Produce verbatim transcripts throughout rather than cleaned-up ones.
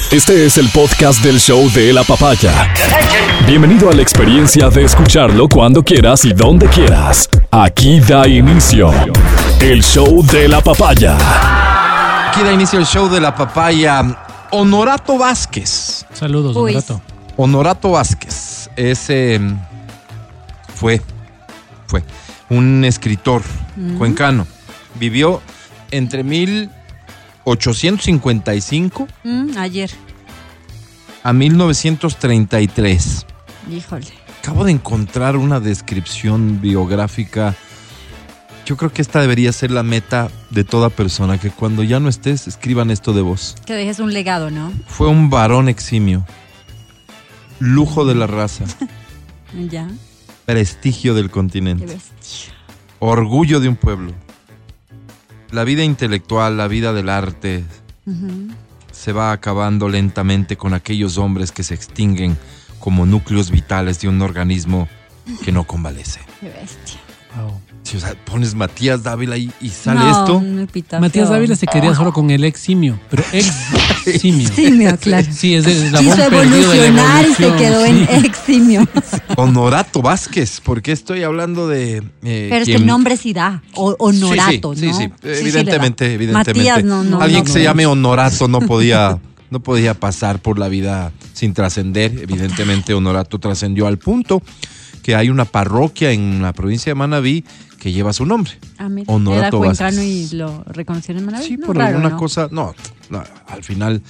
Este es el podcast del show de la papaya. Bienvenido a la experiencia de escucharlo cuando quieras y donde quieras. Aquí da inicio el show de la papaya. Aquí da inicio el show de la papaya. Honorato Vázquez. Saludos, Uy. Honorato. Honorato Vázquez. Ese fue, fue un escritor mm. cuencano. Vivió entre mil ochocientos cincuenta y cinco mm, ayer a mil novecientos treinta y tres. Híjole. Acabo de encontrar una descripción biográfica. Yo creo que esta debería ser la meta de toda persona, que cuando ya no estés, escriban esto de vos. Que dejes un legado, ¿no? Fue un varón eximio, lujo de la raza, Ya. prestigio del continente, Qué bestia. orgullo de un pueblo. La vida intelectual, la vida del arte, uh-huh. se va acabando lentamente con aquellos hombres que se extinguen como núcleos vitales de un organismo que no convalece. Qué bestia. Wow. Sí, o sea, pones Matías Dávila y, y sale no, esto. Un Matías Dávila se quedaría oh. solo con el ex simio, pero ex simio. Simio, claro. Sí, es el Quiso evolucionar y se quedó sí. en ex simio. Honorato Vázquez, ¿por qué estoy hablando de...? Eh, pero es que el nombre sí da, o, Honorato, sí, sí, ¿no? Sí, sí, sí evidentemente, sí evidentemente. Matías no, no. Alguien no, que no, se no. llame Honorato no podía, no podía pasar por la vida sin trascender. Evidentemente Honorato trascendió al punto que hay una parroquia en la provincia de Manabí que lleva su nombre. Ah, mira, Honorato era Vázquez. cuencano y lo reconocieron en Manabí. Sí, no, por raro, alguna ¿no? cosa, no, no al final,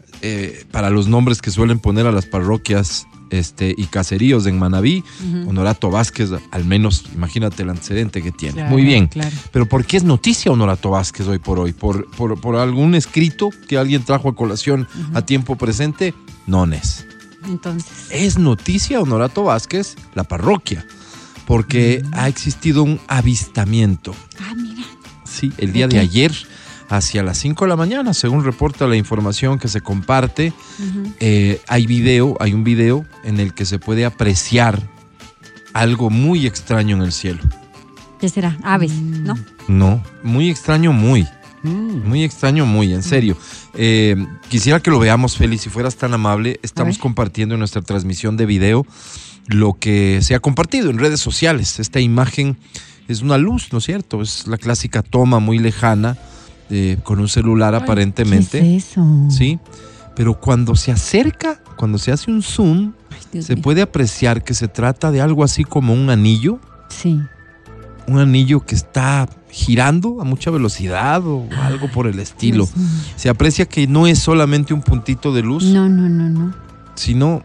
eh, para los nombres que suelen poner a las parroquias este, y caseríos en Manabí, uh-huh. Honorato Vázquez, al menos, imagínate el antecedente que tiene. Claro, muy bien, claro. Pero ¿por qué es noticia Honorato Vázquez hoy por hoy? ¿Por, por, por algún escrito que alguien trajo a colación uh-huh. a tiempo presente? No es. Entonces. Es noticia Honorato Vázquez, la parroquia, porque uh-huh. ha existido un avistamiento. Ah, mira. Sí, el día de, de ayer, hacia las cinco de la mañana, según reporta la información que se comparte, uh-huh. eh, hay video, hay un video en el que se puede apreciar algo muy extraño en el cielo. ¿Qué será? Aves, ¿no? No, muy extraño, muy. Muy extraño, muy, en serio. Eh, quisiera que lo veamos, Feli, si fueras tan amable. Estamos compartiendo en nuestra transmisión de video lo que se ha compartido en redes sociales. Esta imagen es una luz, ¿no es cierto? Es la clásica toma muy lejana, eh, con un celular Ay, aparentemente. ¿Qué es eso? Sí, pero cuando se acerca, cuando se hace un zoom, Ay, se mío. puede apreciar que se trata de algo así como un anillo. Sí. Un anillo que está girando a mucha velocidad o algo por el estilo. Se aprecia que no es solamente un puntito de luz. No, no, no, no. Sino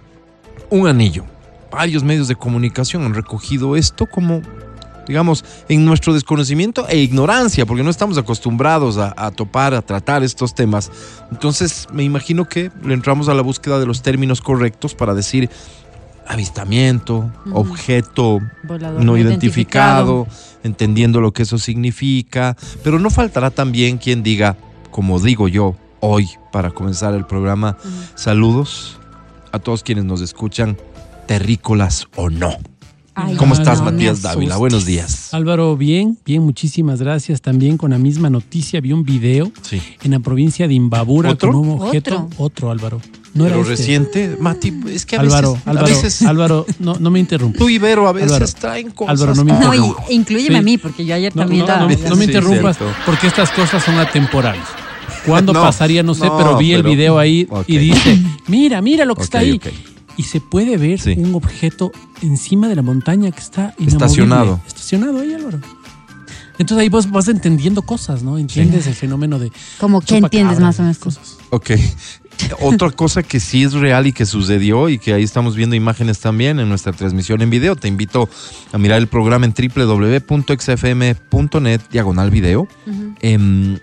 un anillo. Varios medios de comunicación han recogido esto como, digamos, en nuestro desconocimiento e ignorancia, porque no estamos acostumbrados a, a topar, a tratar estos temas. Entonces, me imagino que le entramos a la búsqueda de los términos correctos para decir avistamiento, uh-huh. objeto Volador no identificado, identificado, entendiendo lo que eso significa, pero no faltará también quien diga, como digo yo hoy para comenzar el programa, uh-huh. saludos a todos quienes nos escuchan, terrícolas o no. Ay, ¿Cómo no, estás, no, Matías no, Dávila? Buenos días. Álvaro, bien, bien, muchísimas gracias. También con la misma noticia vi un video sí. en la provincia de Imbabura ¿Otro? con un objeto. Otro, Otro Álvaro. No Pero era este. reciente, Mati, es que a Álvaro, veces... Álvaro, a veces, Álvaro, no, no me interrumpas. Tú, Ibero, a veces Álvaro, traen cosas. Álvaro, no me No, interrumpas. y, inclúyeme sí. a mí, porque yo ayer no, también... No, no, no, no me sí, interrumpas, cierto. porque estas cosas son atemporales. ¿Cuándo no, pasaría? No sé, no, pero vi pero, el video ahí okay. y dice, mira, mira lo que okay, está ahí. Okay. Y se puede ver sí. un objeto encima de la montaña que está inamovible. Estacionado. Estacionado ahí, Álvaro. Entonces ahí vos vas entendiendo cosas, ¿no? Entiendes sí. el fenómeno de... Como que entiendes más o menos cosas. Ok. Otra cosa que sí es real y que sucedió y que ahí estamos viendo imágenes también en nuestra transmisión en video. Te invito a mirar el programa en doble u doble u doble u punto x f m punto net diagonal video. Uh-huh. Eh,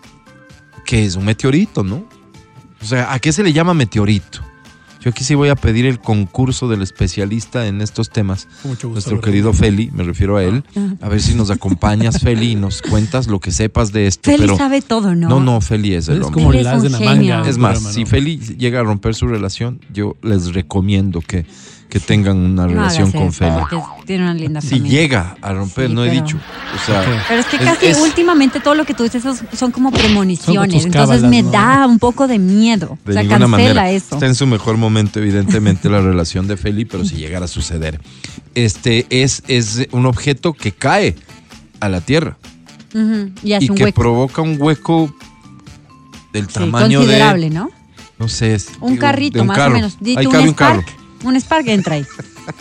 que es un meteorito, ¿no? O sea, ¿a qué se le llama meteorito? Yo aquí sí voy a pedir el concurso del especialista en estos temas. Mucho gusto, Nuestro ¿verdad? querido Feli, me refiero a él. A ver si nos acompañas, Feli, y nos cuentas lo que sepas de esto. Feli pero sabe todo, ¿no? No, no, Feli es el Es hombre. como Él el es as de un la genio. manga. Es más, programa, si ¿no? Feli llega a romper su relación, yo les recomiendo que, que tengan una No relación hagas con eso, Feli. porque tiene una linda Si familia. llega a romper, Sí, no he pero- dicho. O sea, Ok. Pero es que Es- casi es- últimamente todo lo que tú dices son, son como premoniciones. tus Entonces cábalas, me ¿no? da un poco de miedo. de o sea, ninguna cancela manera. eso. Está en su mejor momento, evidentemente, la relación de Feli, pero si llegara a suceder. Este es, es un objeto que cae a la tierra Ujú, y hace y un que hueco. provoca un hueco del Sí, tamaño considerable, de. ¿no? No sé. es- Un digo, carrito, de un más carro. o menos. Dite Ahí un cabe un carro. Spark. Un Spark entra ahí.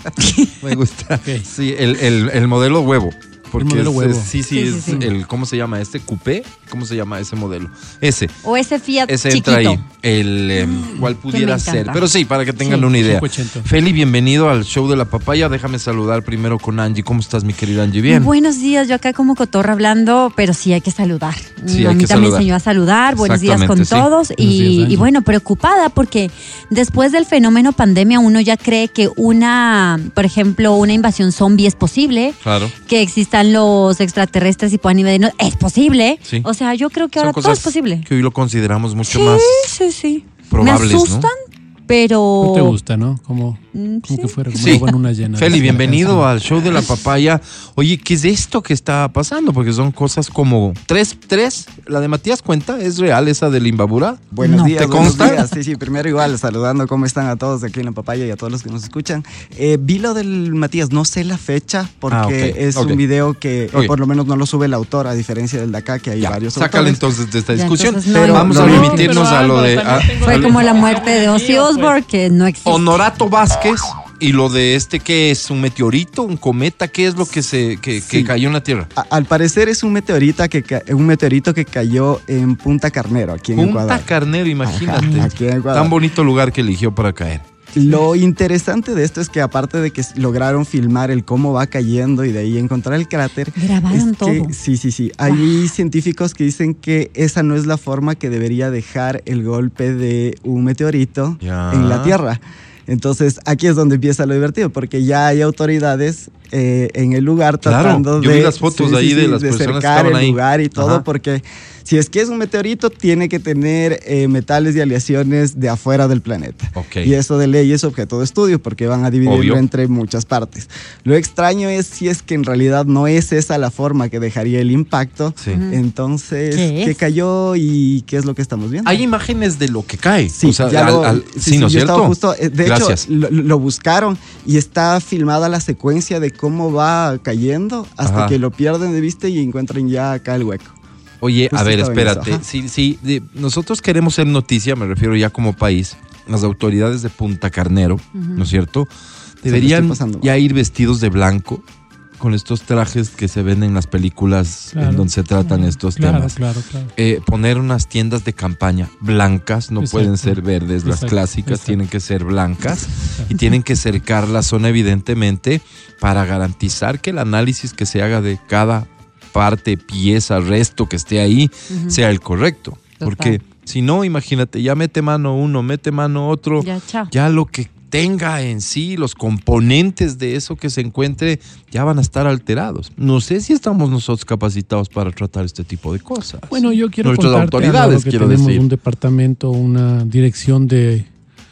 Me gusta. Ok. Sí, el, el, el modelo huevo. Porque modelo es- huevo. es- sí, sí, Sí, sí, es sí. el, ¿cómo se llama este? ¿Coupé? ¿Cómo se llama ese modelo? Ese. O ese Fiat Ese chiquito. entra ahí. El, eh, ¿cuál pudiera me ser? encanta. Pero sí, para que tengan Sí. una idea. cinco ochenta. Feli, bienvenido al show de la papaya. Déjame saludar primero con Angie. ¿Cómo estás, mi querida Angie? Bien. Buenos días, yo acá como cotorra hablando, pero sí hay que saludar. Sí, a hay mí que también me saludar. enseñó a saludar. Buenos días con Exactamente, sí. todos. Buenos Y, días, Angie. y bueno, preocupada porque después del fenómeno pandemia uno ya cree que una, por ejemplo, una invasión zombie es posible. Claro. Que existan los extraterrestres y puedan invadirnos. Es posible. Sí. O sea, yo creo que Son ahora todo es posible. que hoy lo consideramos mucho Sí, más sí, sí. probables, Me asustan, pero... No te gusta, ¿no? Como, Mm, como sí. que fuera como Sí. agua en una llena. Feli, bienvenido a al show de la papaya. Oye, ¿qué es esto que está pasando? Porque son cosas como tres, tres. La de Matías cuenta, ¿es real esa del Imbabura? Buenos No. días, ¿Te buenos consta? días. Sí, sí, primero igual, saludando cómo están a todos aquí en La Papaya y a todos los que nos escuchan. Eh, vi lo del Matías, no sé la fecha porque Ah, ok, es ok. un video que eh, Ok. por lo menos no lo sube el autor, a diferencia del de acá, que hay Ya, varios sácale autores. entonces de esta Ya, discusión. entonces no Pero Vamos lo a vi. remitirnos a lo de a- Fue a- como la muerte de Ozzy Osbourne, que no existe. Honorato Vázquez y lo de este que es un meteorito, un cometa, ¿qué es lo que se que, que Sí. cayó en la Tierra? A- al parecer es un meteorito que ca- un meteorito que cayó en Punta Carnero, aquí en Punta Ecuador. Carnero, imagínate. Ajá, aquí en Ecuador. Tan bonito lugar que eligió para caer. Lo interesante de esto es que aparte de que s- lograron filmar el cómo va cayendo y de ahí encontrar el cráter, Grabaron es que- todo. sí, sí, sí. Hay científicos que dicen que esa no es la forma que debería dejar el golpe de un meteorito Ya. en la Tierra. Entonces aquí es donde empieza lo divertido, porque ya hay autoridades eh, en el lugar Claro, tratando yo de, vi las fotos ahí de las personas que cercar estaban el ahí. lugar y todo, Ajá. porque si es que es un meteorito tiene que tener eh, metales y aleaciones de afuera del planeta. Ok. Y eso de ley es objeto de estudio porque van a dividirlo Obvio. entre muchas partes. Lo extraño es si es que en realidad no es esa la forma que dejaría el impacto. Sí. Entonces, ¿Qué ¿qué es? cayó y qué es lo que estamos viendo? Hay imágenes de lo que cae. Sí, o sea, ya al- lo- al- sí, sí, ¿no es sí, yo estaba cierto? justo, eh, de Gracias. hecho, lo, lo buscaron y está filmada la secuencia de cómo va cayendo hasta Ajá. que lo pierden de vista y encuentran ya acá el hueco. Oye, a Justo ver, estaba en espérate. eso, ajá. Sí, sí, de- nosotros queremos ser noticia, me refiero ya como país. Las autoridades de Punta Carnero, ¿no es cierto? Deberían estoy pasando. ya ir vestidos de blanco con estos trajes que se ven en las películas Claro, en donde se tratan estos claro, temas. Claro, claro. Eh, poner unas tiendas de campaña blancas, no Exacto. pueden ser verdes, las Exacto, clásicas exacto. tienen que ser blancas y tienen que cercar la zona evidentemente para garantizar que el análisis que se haga de cada parte, pieza, resto que esté ahí Ujú. sea el correcto. Total. Porque si no, imagínate, ya mete mano uno, mete mano otro, Ya, chao. ya lo que tenga en sí, los componentes de eso que se encuentre, ya van a estar alterados. No sé si estamos nosotros capacitados para tratar este tipo de cosas. Bueno, yo quiero Nuestras contarte, autoridades, Álvaro, que quiero tenemos decir. un departamento, una dirección de,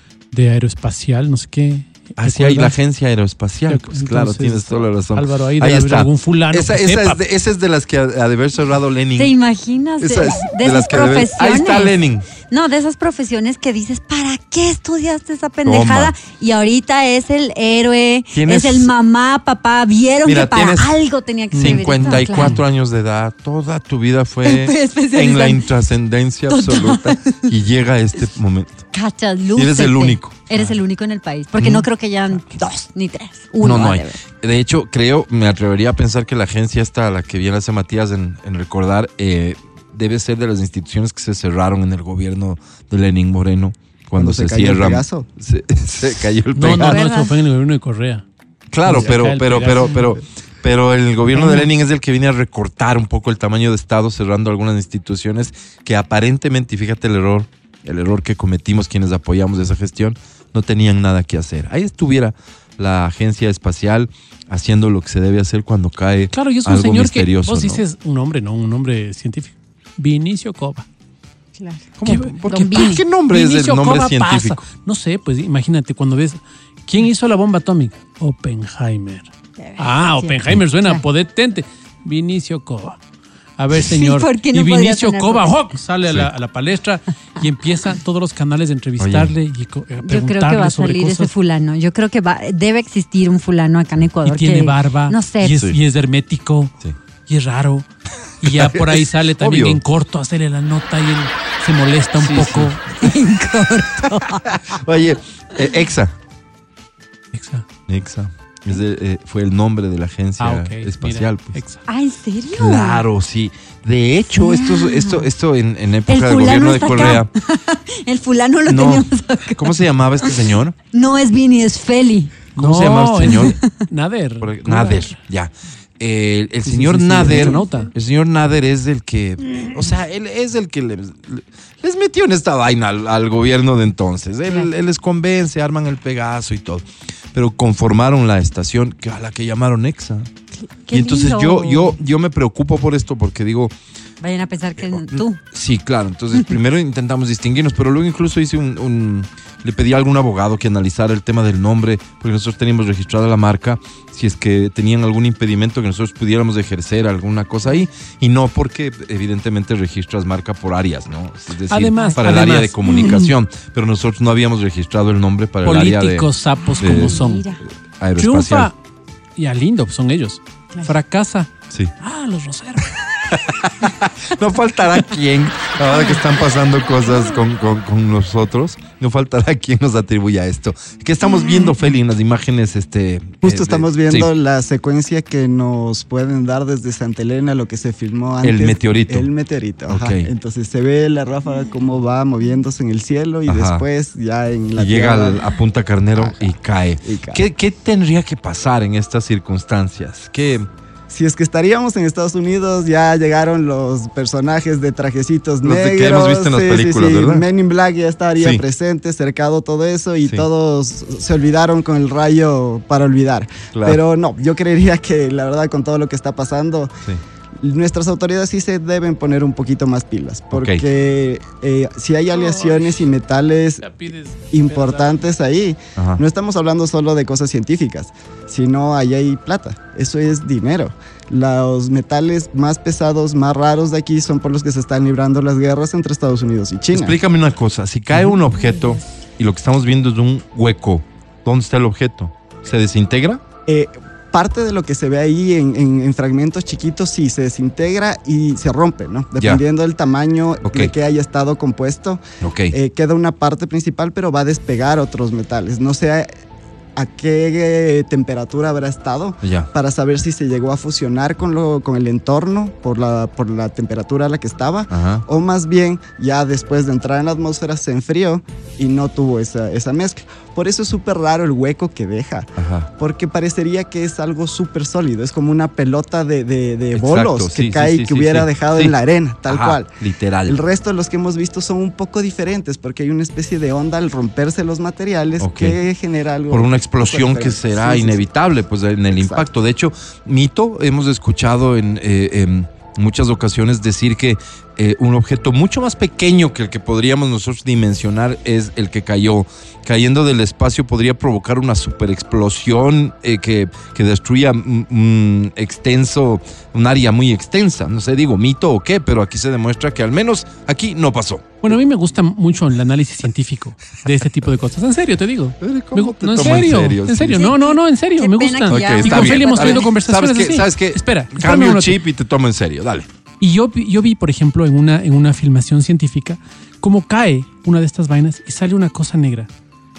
de aeroespacial, no sé qué. Así hay la ¿Recuerdas? agencia aeroespacial, Ya, pues claro, entonces, tienes toda la razón. Álvaro, ahí, Ahí debe haber está. algún fulano Esa, que esa sepa. es de, esa es de las que ha, ha de haber cerrado Lenin. ¿Te imaginas? Esa de, es de de esas las que debe- profesiones. Ahí está Lenin. No, de esas profesiones que dices, ¿para qué estudiaste esa pendejada? Toma. Y ahorita es el héroe, Tienes- es el mamá, papá. Vieron Mira, que para tienes algo tenía que servir. cincuenta y cuatro Claro. años de edad, toda tu vida fue Especializada. en la intrascendencia absoluta y llega este momento. Cachas, Y eres el lúcete. único. Eres el único en el país. Porque no creo que hayan dos ni tres. Uno no, no ha hay. de haber. De hecho, creo, me atrevería a pensar que la agencia esta, a la que bien hace Matías en, en recordar, eh, debe ser de las instituciones que se cerraron en el gobierno de Lenín Moreno. Cuando, Cuando se se, cayó el cierran. Pegaso. Se, se cayó el No, no, Pegaso. no, ¿Verdad? eso fue en el gobierno de Correa. Claro, Se pero, cae el pero, pero, Pegaso. pero, pero el gobierno de Lenin es el que viene a recortar un poco el tamaño de Estado, cerrando algunas instituciones que aparentemente, y fíjate el error, el error que cometimos quienes apoyamos esa gestión, no tenían nada que hacer. Ahí estuviera la agencia espacial haciendo lo que se debe hacer cuando cae Claro, y es un algo señor que misterioso. vos ¿no? dices un nombre, no, un nombre científico. Vinicio Cova. Claro. ¿Cómo? ¿Qué- ¿Por Don qué, Vini. ¿Qué nombre es Vinicio el nombre Cova científico? pasa. No sé, pues imagínate cuando ves ¿Quién hizo la bomba atómica? Oppenheimer. Ah, Oppenheimer suena potente. Vinicio Cova. A ver, señor. ¿Por qué no y Vinicio podría Cova sonar ¡hoc! sale a la, a la palestra y empiezan todos los canales de entrevistarle y co- a Yo creo que va a salir cosas. ese fulano. Yo creo que va, debe existir un fulano acá en Ecuador. Y tiene que, barba. No sé. Y es, Sí. y es hermético. Sí. Y es raro. Y ya por ahí sale también Obvio. en corto a hacerle la nota y él se molesta un Sí, poco. Oye, eh, EXA. Exa. EXA. Es de, eh, fue el nombre de la agencia Ah, ok. espacial. Mira, Pues. Exa. Ah, ¿en serio? Claro, sí. De hecho, esto, esto, esto en, en El época del fulano gobierno de está Correa. acá. El fulano lo No. teníamos acá. ¿Cómo se llamaba este señor? No es Vini, es Feli. ¿Cómo se llama este es- señor? Nader. Por- Nader, ya. El, el Sí, señor sí, sí, sí, Nader, astronauta. el señor Nader es el que, o sea, él es el que les, les metió en esta vaina al, al gobierno de entonces. Él, Claro. él les convence, arman el Pegaso y todo. Pero conformaron la estación que a la que llamaron EXA. Qué y entonces lindo. yo, yo, yo me preocupo por esto porque digo, Vayan a pensar que tú. sí, claro. Entonces primero intentamos distinguirnos, pero luego incluso hice un, un- le pedí a algún abogado que analizara el tema del nombre, porque nosotros teníamos registrada la marca, si es que tenían algún impedimento que nosotros pudiéramos ejercer alguna cosa ahí, y no porque evidentemente registras marca por áreas, ¿no? Es decir, Además, para el además. área de comunicación, pero nosotros no habíamos registrado el nombre para el área de Políticos sapos de- como son. Mira. aeroespacial. Triunfa. Ya lindo, son ellos. Claro. Fracasa. Sí. Ah, los Roseros. No faltará quien, ahora que están pasando cosas con, con- con nosotros, no faltará quien nos atribuya esto. ¿Qué estamos viendo, Feli, en las imágenes? Este, Justo eh, estamos de- viendo sí. la secuencia que nos pueden dar desde Santa Elena, lo que se filmó antes. El meteorito. El meteorito, ajá. Ok. Entonces se ve la ráfaga cómo va moviéndose en el cielo y Ajá. después ya en la Y llega tierra. al- a Punta Carnero Ajá. y cae. Y cae. ¿Qué, qué tendría que pasar en estas circunstancias? ¿Qué? Si es que estaríamos en Estados Unidos, ya llegaron los personajes de trajecitos Los de negros. que hemos visto en las sí, sí, películas, sí. ¿verdad? Men in Black ya estaría Sí. presente, cercado todo eso y Sí. todos se olvidaron con el rayo para olvidar. Claro. Pero no, yo creería que la verdad con todo lo que está pasando, Sí. nuestras autoridades sí se deben poner un poquito más pilas, porque eh, si hay aleaciones y metales Ya pides. importantes ahí, Ajá. no estamos hablando solo de cosas científicas, sino ahí hay plata, eso es dinero. Los metales más pesados, más raros de aquí son por los que se están librando las guerras entre Estados Unidos y China. Explícame una cosa. Si cae un objeto y lo que estamos viendo es un hueco, ¿dónde está el objeto? ¿Se desintegra? Eh, parte de lo que se ve ahí en, en- en fragmentos chiquitos sí se desintegra y se rompe, ¿no? Dependiendo del tamaño Ok. de que haya estado compuesto, Ok. eh, queda una parte principal, pero va a despegar otros metales. No sé a qué eh, temperatura habrá estado ya. para saber si se llegó a fusionar con, lo, con el entorno por la, por la temperatura a la que estaba, Ajá. o más bien ya después de entrar en la atmósfera se enfrió y no tuvo esa, esa mezcla. Por eso es súper raro el hueco que deja, Ajá. porque parecería que es algo súper sólido, es como una pelota de, de- de Exacto, bolos sí, que sí, cae sí, y que sí, hubiera sí. dejado Sí. en la arena, tal Ajá, cual. Literal. El resto de los que hemos visto son un poco diferentes porque hay una especie de onda al romperse los materiales Ok. que genera algo. Por una un poco explosión que diferente. será Sí, sí, sí. inevitable, pues en el Exacto. impacto. De hecho, mito, hemos escuchado en eh, em, muchas ocasiones decir que eh, un objeto mucho más pequeño que el que podríamos nosotros dimensionar es el que cayó. Cayendo del espacio podría provocar una super explosión eh, que, que destruya un, un extenso, un área muy extensa. No sé, digo mito o qué, pero aquí se demuestra que al menos aquí no pasó. Bueno, a mí me gusta mucho el análisis científico de este tipo de cosas. En serio, te digo. Me ¿Cómo gu- te no, en tomo en serio, serio? en serio. Sí. No, no, no, en serio, Qué me pena gustan. que ya- Ok, Y está con bien, Feli hemos está tenido bien. conversaciones ¿Sabes qué? así. ¿Sabes qué? Espera, espérame un Cambio el minuto. chip y te tomo en serio, dale. Y yo, vi- yo vi, por ejemplo, en una, en una filmación científica, cómo cae una de estas vainas y sale una cosa negra.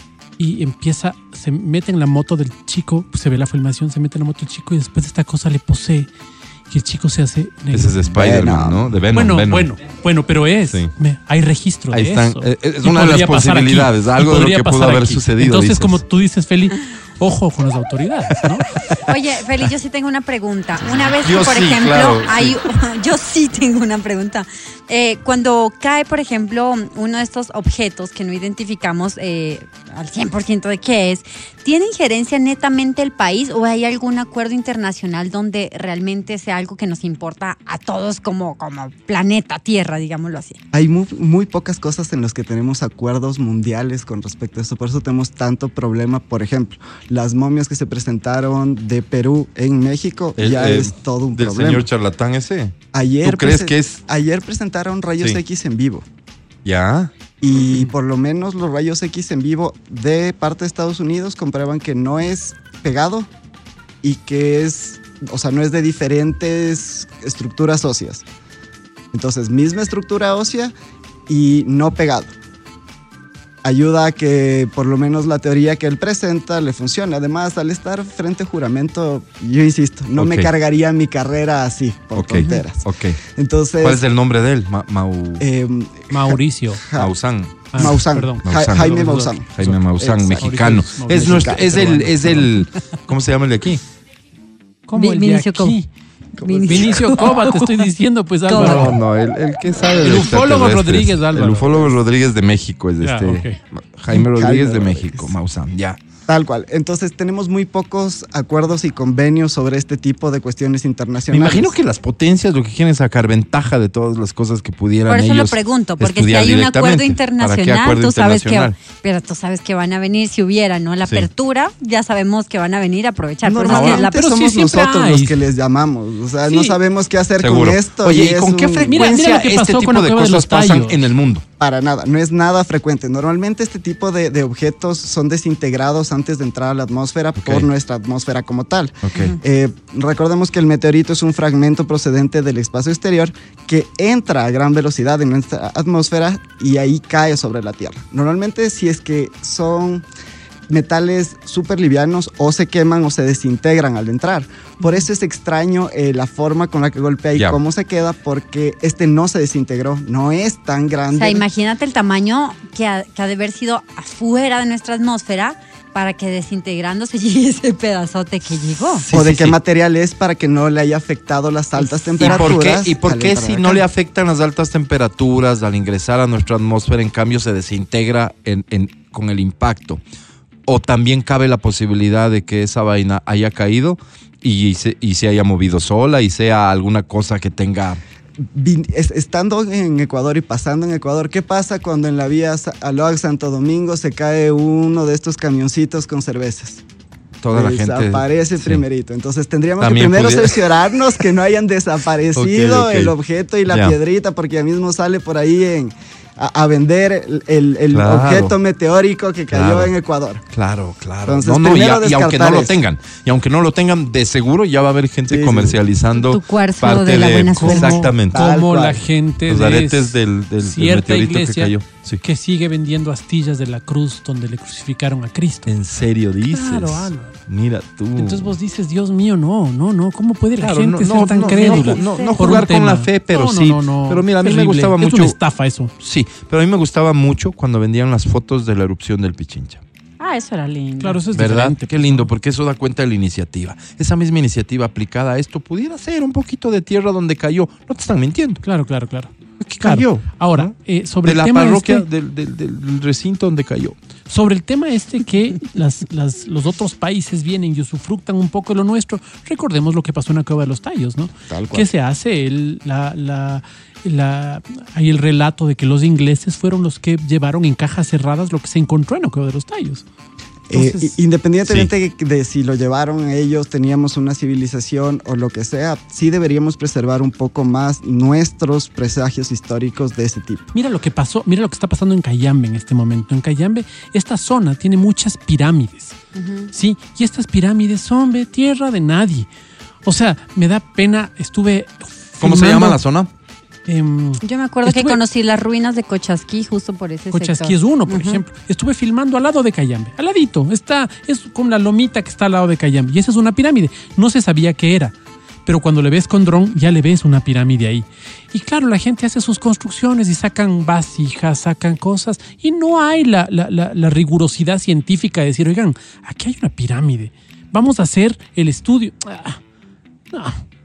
Y empieza, se mete en la moto del chico, pues se ve la filmación, se mete en la moto del chico y después esta cosa le posee. Y el chico se hace negro. Ese es de Spider-Man, Venom. ¿no? De Venom. bueno, Venom. bueno, bueno, pero es. Sí. Me- hay registro Ahí de están. eso. Eh, es Y una de las podría pasar aquí. posibilidades, Y algo de lo podría que pudo pasar haber aquí. sucedido, Entonces, dices. como tú dices, Feli, ojo con las autoridades, ¿no? Oye, Feli, yo sí tengo una pregunta. Una vez, Yo por sí, ejemplo, claro, hay, yo sí tengo una pregunta. Eh, cuando cae, por ejemplo, uno de estos objetos que no identificamos eh, al cien por ciento de qué es, ¿tiene injerencia netamente el país o hay algún acuerdo internacional donde realmente sea algo que nos importa a todos como, como planeta Tierra, digámoslo así? Hay muy, muy pocas cosas en las que tenemos acuerdos mundiales con respecto a esto, por eso tenemos tanto problema. Por ejemplo, las momias que se presentaron de Perú en México, El, ya eh, es todo un del problema. señor charlatán ese. Ayer ¿Tú crees presen- que es...? Ayer presentaron rayos Sí. X en vivo. Ya. Y por lo menos los rayos X en vivo de parte de Estados Unidos comprueban que no es pegado y que es, o sea, no es de diferentes estructuras óseas. Entonces, misma estructura ósea y no pegado. Ayuda a que por lo menos la teoría que él presenta le funcione. Además, al estar frente a juramento, yo insisto, no Ok. me cargaría mi carrera así, por Ok. tonteras. Ok. Entonces, ¿Cuál es el nombre de él? Ma- Mau... eh, Mauricio. Ja- Maussan. Ah, Maussan. Perdón. Ja- Maussan. Jaime Perdón, Maussan. Jaime Maussan, Exacto. mexicano. Mauricio, Es, Mauricio, nuestro, es, el, peruano, es el... ¿Cómo se llama el de aquí? ¿Cómo Vi- el de Vinicio aquí? Vinicio. Vinicio Cova, te estoy diciendo, pues Cova. Álvaro. No, no, el, el que sabe El de ufólogo extraterrestres. Rodríguez, Álvaro. El ufólogo Rodríguez de México es de Ya, este. ok. Jaime Rodríguez Jaime de Rodríguez. México, Maussan, ya. Tal cual. Entonces tenemos muy pocos acuerdos y convenios sobre este tipo de cuestiones Me internacionales. imagino que las potencias lo que quieren es sacar ventaja de todas las cosas que pudieran Por eso lo ellos pregunto, porque si estudiar hay un acuerdo directamente. ¿Para qué internacional, acuerdo tú sabes que, internacional? pero tú sabes que van a venir si hubiera, ¿no? La Sí. apertura, ya sabemos que van a venir a aprovechar. Por eso es que Normalmente la- pero sí somos siempre nosotros hay. los que les llamamos. O sea, no Sí. sabemos qué hacer Seguro. con esto. Oye, ¿y es con qué un- frecuencia Mira, mira lo que este pasó con tipo la de cueva de cosas los pasan tallos. en el mundo? Para nada, no es nada frecuente. Normalmente este tipo de, de objetos son desintegrados antes de entrar a la atmósfera Ok. por nuestra atmósfera como tal. Ok. Eh, recordemos que el meteorito es un fragmento procedente del espacio exterior que entra a gran velocidad en nuestra atmósfera y ahí cae sobre la Tierra. Normalmente si es que son metales súper livianos o se queman o se desintegran al entrar. Por eso es extraño eh, la forma con la que golpea y Ya. cómo se queda, porque este no se desintegró, no es tan o grande. sea, imagínate el tamaño que ha, que ha de haber sido afuera de nuestra atmósfera para que desintegrándose llegue ese pedazote que llegó. Sí, o de sí, qué sí. material es para que no le haya afectado las altas ¿Y temperaturas. por qué, y por al qué entrar si acá? no le afectan las altas temperaturas al ingresar a nuestra atmósfera, en cambio se desintegra en, en- con el impacto? ¿O también cabe la posibilidad de que esa vaina haya caído y se, y se haya movido sola y sea alguna cosa que tenga... Vin- es- Estando en Ecuador y pasando en Ecuador, ¿qué pasa cuando en la vía Sa- Aloac Santo Domingo se cae uno de estos camioncitos con cervezas? Toda la gente... Desaparece sí. primerito. Entonces tendríamos También que primero pudiera- cerciorarnos que no hayan desaparecido Ok, ok. el objeto y la Ya. piedrita, porque ya mismo sale por ahí en, a, a vender el, el- el Claro. objeto meteórico que cayó Claro. en Ecuador. Claro, claro. Entonces, no, no, y, primero a- y aunque no descartar lo eso. tengan, y aunque no lo tengan, de seguro ya va a haber gente Sí, sí, comercializando Tu cuarzo parte de la buena suerte. Exactamente. Tal Como cual. la gente Los de aretes del, del- del cierta meteorito que iglesia cayó. Sí. que sigue vendiendo astillas de la cruz donde le crucificaron a Cristo. En serio dices. Claro, Álvaro. Mira tú. Entonces vos dices, Dios mío, no, no, no, ¿cómo puede la Claro, gente no, ser no, tan no, crédula? no, no, no por jugar un con tema? la fe, pero No, no, sí. no, no. Pero mira, a mí me Terrible. gustaba Es mucho. una estafa eso. Sí, pero a mí me gustaba mucho cuando vendían las fotos de la erupción del Pichincha. Ah, eso era lindo. Claro, eso es ¿Verdad? diferente. Qué lindo, porque eso da cuenta de la iniciativa. Esa misma iniciativa aplicada a esto pudiera ser un poquito de tierra donde cayó. No te están mintiendo. Claro, claro, claro. ¿Qué Claro. cayó? Ahora, ¿no? eh, sobre De el la tema parroquia, este, del, del- del recinto donde cayó. sobre el tema este que las, las, los otros países vienen y usufructan un poco de lo nuestro, recordemos lo que pasó en la Cueva de los Tallos, ¿no? Tal cual. ¿Qué se hace? El, la, la, la, hay el relato de que los ingleses fueron los que llevaron en cajas cerradas lo que se encontró en la Cueva de los Tallos. Eh, Entonces, i- independientemente de si lo llevaron ellos, teníamos una civilización o lo que sea, sí deberíamos preservar un poco más nuestros presagios históricos de ese tipo. mira lo que pasó, mira lo que está pasando en Cayambe en este momento. En Cayambe, esta zona tiene muchas pirámides, ¿sí? Y estas pirámides son de tierra de nadie. O sea, me da pena, estuve... ¿Cómo se filmando, llama la zona? em, Yo me acuerdo que Estuve- conocí las ruinas de Cochasquí justo por ese Cochasquí sector. es uno, por Ujú. ejemplo. Estuve filmando al lado de Cayambe, al ladito. Está, es como la lomita que está al lado de Cayambe. Y esa es una pirámide. No se sabía qué era. Pero cuando le ves con dron, ya le ves una pirámide ahí. Y claro, la gente hace sus construcciones y sacan vasijas, sacan cosas. Y no hay la, la, la, la rigurosidad científica de decir, oigan, aquí hay una pirámide. Vamos a hacer el estudio. Ah, no.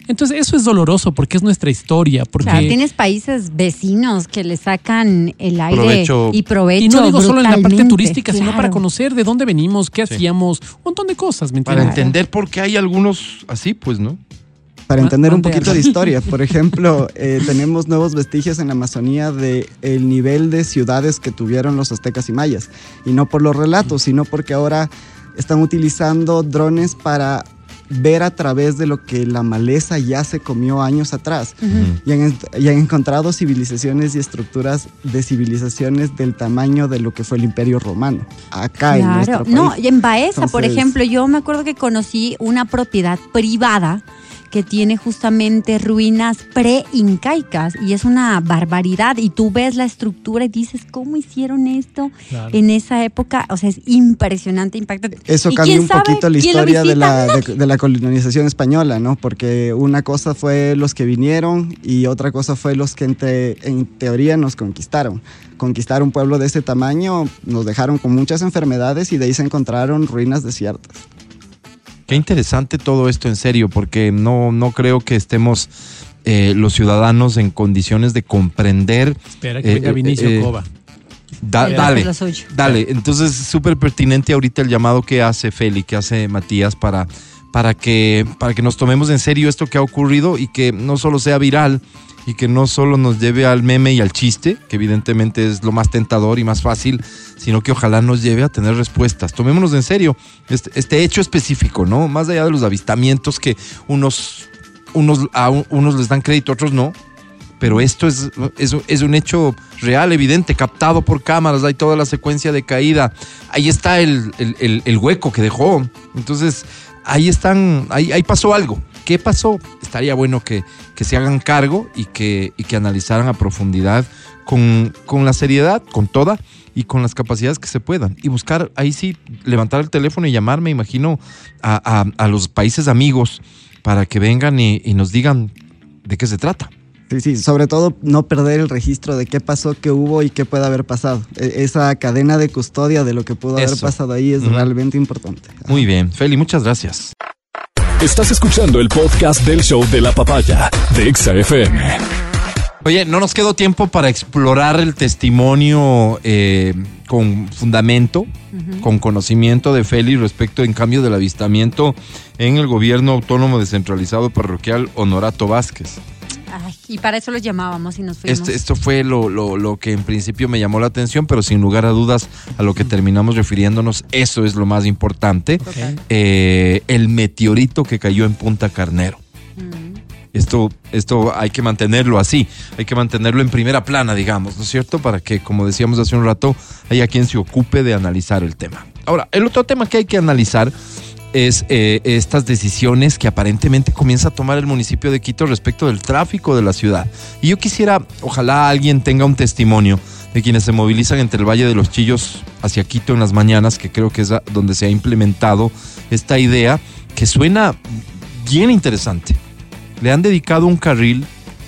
Entonces eso es doloroso porque es nuestra historia. Porque... Claro, tienes países vecinos que le sacan el aire Provecho. y provecho. Y no digo solo en la parte brutalmente, turística, sino claro. para conocer de dónde venimos, qué Sí. hacíamos, un montón de cosas, ¿me Para entiendes? entender por qué hay algunos así, pues, ¿no? Para entender un ¿Dónde poquito hablan? de historia, por ejemplo, eh, tenemos nuevos vestigios en la Amazonía de el nivel de ciudades que tuvieron los aztecas y mayas. Y no por los relatos, sino porque ahora están utilizando drones para ver a través de lo que la maleza ya se comió años atrás. Ujú. Y han, y han encontrado civilizaciones y estructuras de civilizaciones del tamaño de lo que fue el Imperio Romano, acá en nuestro Claro, país. no, y en Baeza, por Entonces- ejemplo, yo me acuerdo que conocí una propiedad privada que tiene justamente ruinas pre-incaicas y es una barbaridad y tú ves la estructura y dices, ¿cómo hicieron esto Claro. en esa época? O sea, es impresionante, impactante. Eso ¿Y cambia quién un sabe poquito la quién lo historia de visita? la, de, de la colonización española, ¿no? Porque una cosa fue los que vinieron y otra cosa fue los que entre- en teoría nos conquistaron. Conquistar un pueblo de ese tamaño nos dejaron con muchas enfermedades y de ahí se encontraron ruinas desiertas. Qué interesante todo esto, en serio, porque no, no creo que estemos eh, los ciudadanos en condiciones de comprender. Espera que Eh, venga eh, Vinicio eh, Cova. Da- Eso dale, es lo suyo. dale. Entonces, súper pertinente ahorita el llamado que hace Feli, que hace Matías para, para, que, para que nos tomemos en serio esto que ha ocurrido y que no solo sea viral y que no solo nos lleve al meme y al chiste, que evidentemente es lo más tentador y más fácil, sino que ojalá nos lleve a tener respuestas. Tomémonos en serio este, este hecho específico, ¿no? Más allá de los avistamientos que unos, unos, a un- unos les dan crédito, otros no. Pero esto es, es, es un hecho real, evidente, captado por cámaras, hay toda la secuencia de caída, ahí está el, el, el- el hueco que dejó. Entonces, ahí están, ahí, ahí pasó algo. ¿Qué pasó? Estaría bueno que, que se hagan cargo y que, y que analizaran a profundidad con, con la seriedad, con toda, y con las capacidades que se puedan. Y buscar, ahí sí, levantar el teléfono y llamar, me imagino, a, a, a los países amigos para que vengan y, y nos digan de qué se trata. Sí, sí, sobre todo no perder el registro de qué pasó, qué hubo y qué puede haber pasado. E- esa cadena de custodia de lo que pudo haber Eso. pasado ahí es Ujú. realmente importante. Muy bien. Feli, muchas gracias. Estás escuchando el podcast del show de la papaya de Exa F M. Oye, no nos quedó tiempo para explorar el testimonio eh, con fundamento, con conocimiento de Feli respecto, en cambio, del avistamiento en el gobierno autónomo descentralizado parroquial Honorato Vázquez. Ay, y para eso los llamábamos y nos fuimos. Este, esto fue lo, lo, lo que en principio me llamó la atención, pero sin lugar a dudas a lo que terminamos refiriéndonos, eso es lo más importante. Total. Eh, el meteorito que cayó en Punta Carnero. Mm. Esto, esto hay que mantenerlo así, hay que mantenerlo en primera plana, digamos, ¿no es cierto? Para que, como decíamos hace un rato, haya quien se ocupe de analizar el tema. Ahora, el otro tema que hay que analizar es eh, estas decisiones que aparentemente comienza a tomar el municipio de Quito respecto del tráfico de la ciudad. Y yo quisiera, ojalá alguien tenga un testimonio de quienes se movilizan entre el Valle de los Chillos hacia Quito en las mañanas, que creo que es a- donde se ha implementado esta idea, que suena bien interesante. Le han dedicado un carril,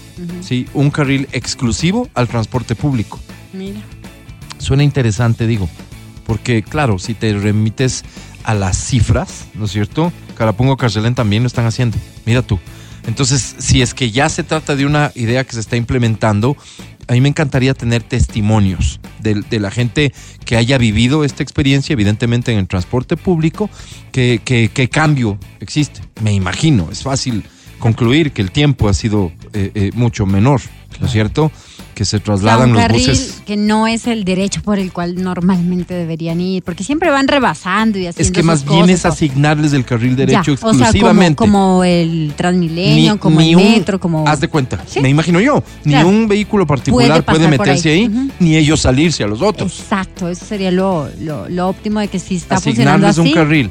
sí, un carril exclusivo al transporte público. Mira. Suena interesante, digo, porque claro, si te remites a las cifras, ¿no es cierto? Carapungo, Carcelén también lo están haciendo. Mira tú. Entonces, si es que ya se trata de una idea que se está implementando, a mí me encantaría tener testimonios de, de la gente que haya vivido esta experiencia, evidentemente en el transporte público, que, que, que cambio existe. Me imagino, es fácil concluir que el tiempo ha sido eh, eh, mucho menor, ¿no es cierto? Que se O sea, trasladan un los carril buses. que no es el derecho por el cual normalmente deberían ir, porque siempre van rebasando y haciendo Es que más sus bien cosas, es o- asignarles el carril derecho Ya, o sea, como, exclusivamente. como el Transmilenio, Ni- como ni el un- metro, como... Haz de cuenta, ¿Sí? me imagino yo, ni Claro. un vehículo particular Puede puede, pasar por meterse ahí, ahí. Ujú. ni ellos salirse a los otros. Exacto, eso sería lo, lo, lo óptimo de que si está funcionando Asignarles así. un carril.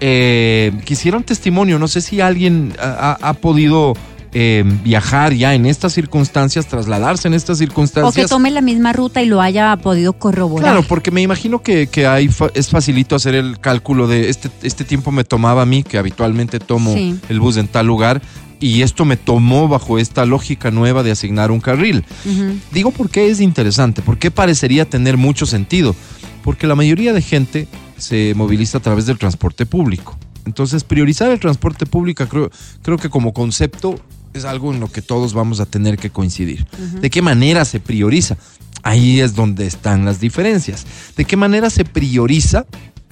Eh, quisiera un testimonio, no sé si alguien ha, ha- ha podido eh, viajar ya en estas circunstancias, trasladarse en estas O que circunstancias. tome la misma ruta y lo haya podido corroborar. Claro, porque me imagino que, que hay fa- es facilito hacer el cálculo de este, este tiempo me tomaba a mí, que habitualmente tomo Sí. el bus en tal lugar, y esto me tomó bajo esta lógica nueva de asignar un carril. Ujú. Digo por qué es interesante, por qué parecería tener mucho sentido, porque la mayoría de gente se moviliza a través del transporte público. Entonces, priorizar el transporte público creo, creo que como concepto es algo en lo que todos vamos a tener que coincidir. Uh-huh. ¿De qué manera se prioriza? Ahí es donde están las diferencias. ¿De qué manera se prioriza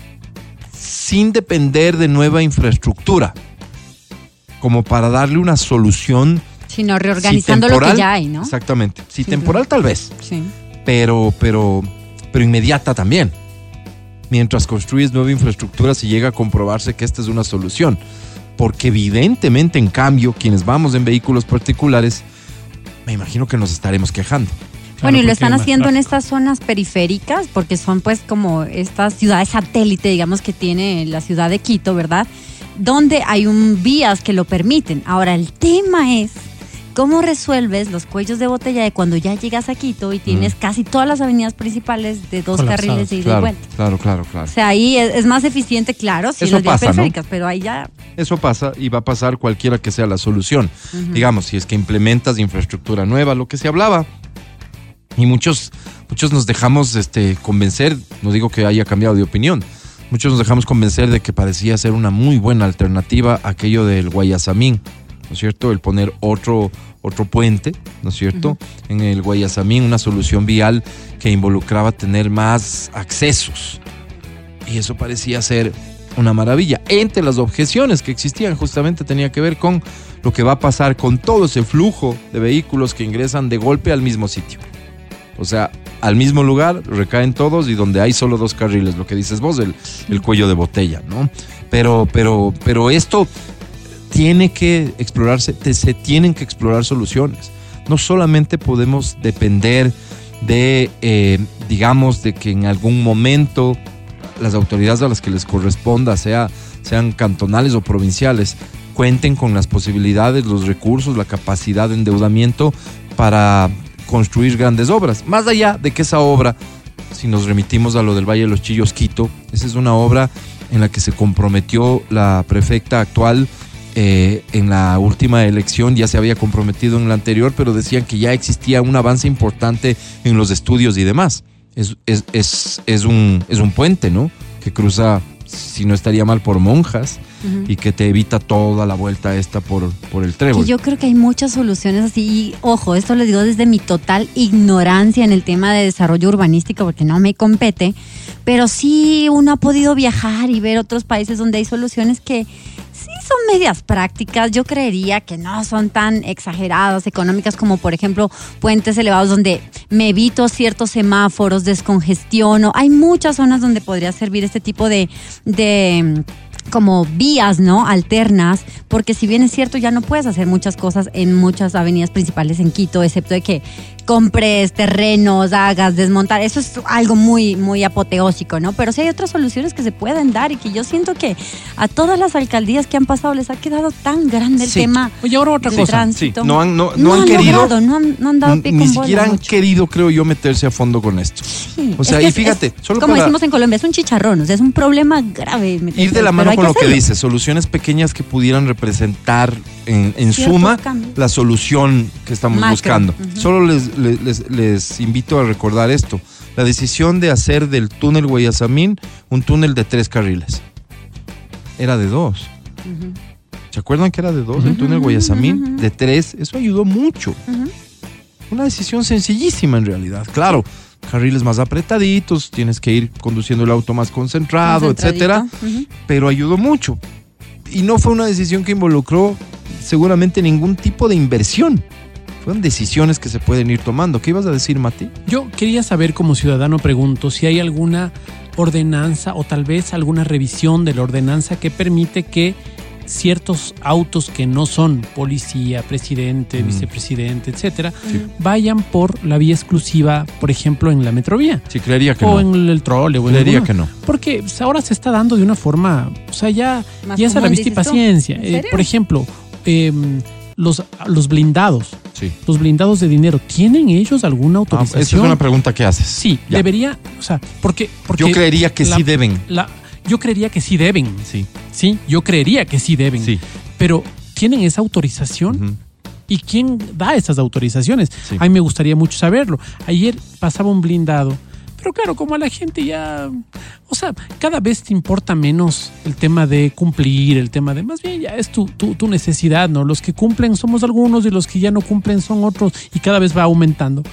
sin depender de nueva infraestructura? Como para darle una solución. Sino reorganizando si temporal, lo que ya hay, ¿no? Exactamente. Si sí, temporal, sí. tal vez. Sí. Pero, pero, pero inmediata también. Mientras construyes nueva infraestructura, si llega a comprobarse que esta es una solución. Porque evidentemente, en cambio, quienes vamos en vehículos particulares, me imagino que nos estaremos quejando. Bueno, y lo están haciendo en estas zonas periféricas, porque son pues como estas ciudades satélite, digamos, que tiene la ciudad de Quito, ¿verdad? Donde hay un vías que lo permiten. Ahora, el tema es cómo resuelves los cuellos de botella de cuando ya llegas a Quito y tienes mm. casi todas las avenidas principales de dos Colapsados. carriles de ida claro, y vuelta. Claro, claro, claro. O sea, ahí es, es más eficiente, claro, si Eso las vías pasa, periféricas, ¿no? pero ahí ya... Eso pasa y va a pasar cualquiera que sea la solución. Uh-huh. Digamos, si es que implementas infraestructura nueva, lo que se hablaba. Y muchos, muchos nos dejamos este, convencer, no digo que haya cambiado de opinión, muchos nos dejamos convencer de que parecía ser una muy buena alternativa aquello del Guayasamín, ¿no es cierto? El poner otro, otro puente, ¿no es cierto? Uh-huh. En el Guayasamín, una solución vial que involucraba tener más accesos. Y eso parecía ser una maravilla. Entre las objeciones que existían justamente tenía que ver con lo que va a pasar con todo ese flujo de vehículos que ingresan de golpe al mismo sitio. O sea, al mismo lugar recaen todos y donde hay solo dos carriles, lo que dices vos, el, el cuello de botella, ¿no? Pero, pero, pero esto tiene que explorarse, te, se tienen que explorar soluciones. No solamente podemos depender de, eh, digamos, de que en algún momento las autoridades a las que les corresponda, sea, sean cantonales o provinciales, cuenten con las posibilidades, los recursos, la capacidad de endeudamiento para construir grandes obras. Más allá de que esa obra, si nos remitimos a lo del Valle de los Chillos, Quito, esa es una obra en la que se comprometió la prefecta actual eh, en la última elección, ya se había comprometido en la anterior, pero decían que ya existía un avance importante en los estudios y demás. Es, es, es, es, un, es un puente, ¿no? Que cruza, si no estaría mal, por Monjas. Uh-huh. Y que te evita toda la vuelta esta por, por el Trébol. Que yo creo que hay muchas soluciones así. Y ojo, esto lo digo desde mi total ignorancia en el tema de desarrollo urbanístico, porque no me compete. Pero sí uno ha podido viajar y ver otros países donde hay soluciones que sí son medias prácticas. Yo creería que no son tan exageradas, económicas, como por ejemplo puentes elevados donde me evito ciertos semáforos, descongestiono. Hay muchas zonas donde podría servir este tipo de... de como vías, ¿no? Alternas, porque si bien es cierto, ya no puedes hacer muchas cosas en muchas avenidas principales en Quito, excepto de que compres terrenos, hagas, desmontar, eso es algo muy, muy apoteósico, ¿no? Pero sí hay otras soluciones que se pueden dar y que yo siento que a todas las alcaldías que han pasado les ha quedado tan grande el sí. tema. Oye, ahora otra cosa. Tránsito. Sí. No han, no, no no han, han querido. Logrado, no, han, no han dado pie Ni con siquiera bola han mucho. querido, creo yo, meterse a fondo con esto. Sí, o sea, es que y fíjate, es, solo como para decimos en Colombia, es un chicharrón, o sea, es un problema grave. Ir de la mano con lo que dice, soluciones pequeñas que pudieran representar en, en suma cambios. La solución que estamos Macro. buscando. Uh-huh. Solo les, les, les invito a recordar esto. La decisión de hacer del túnel Guayasamín un túnel de tres carriles. Era de dos. Uh-huh. ¿Se acuerdan que era de dos uh-huh. el túnel Guayasamín? Uh-huh. De tres. Eso ayudó mucho. Uh-huh. Una decisión sencillísima en realidad. Claro, carriles más apretaditos, tienes que ir conduciendo el auto más concentrado, etcétera. Uh-huh. Pero ayudó mucho. Y no fue una decisión que involucró seguramente ningún tipo de inversión. Fueron decisiones que se pueden ir tomando. ¿Qué ibas a decir, Mati? Yo quería saber, como ciudadano, pregunto, si hay alguna ordenanza o tal vez alguna revisión de la ordenanza que permite que ciertos autos que no son policía, presidente, mm. vicepresidente, etcétera, sí. vayan por la vía exclusiva, por ejemplo, en la metrovía. Sí, creería que o no. O en el trole. O creería en que no. Porque pues, ahora se está dando de una forma, o sea, ya, ya es a la vista y paciencia. Eh, por ejemplo, eh, los, los blindados. Sí. Los blindados de dinero, ¿tienen ellos alguna autorización? Ah, esa es una pregunta que haces. Sí, ya. debería, o sea, porque... porque yo creería que la, sí deben. La, yo creería que sí deben. Sí. Sí, yo creería que sí deben. Sí. Pero, ¿tienen esa autorización? Uh-huh. ¿Y quién da esas autorizaciones? Sí. A mí me gustaría mucho saberlo. Ayer pasaba un blindado Pero claro, como a la gente ya, o sea, cada vez te importa menos el tema de cumplir, el tema de, más bien ya es tu, tu, tu necesidad, ¿no? Los que cumplen somos algunos y los que ya no cumplen son otros y cada vez va aumentando.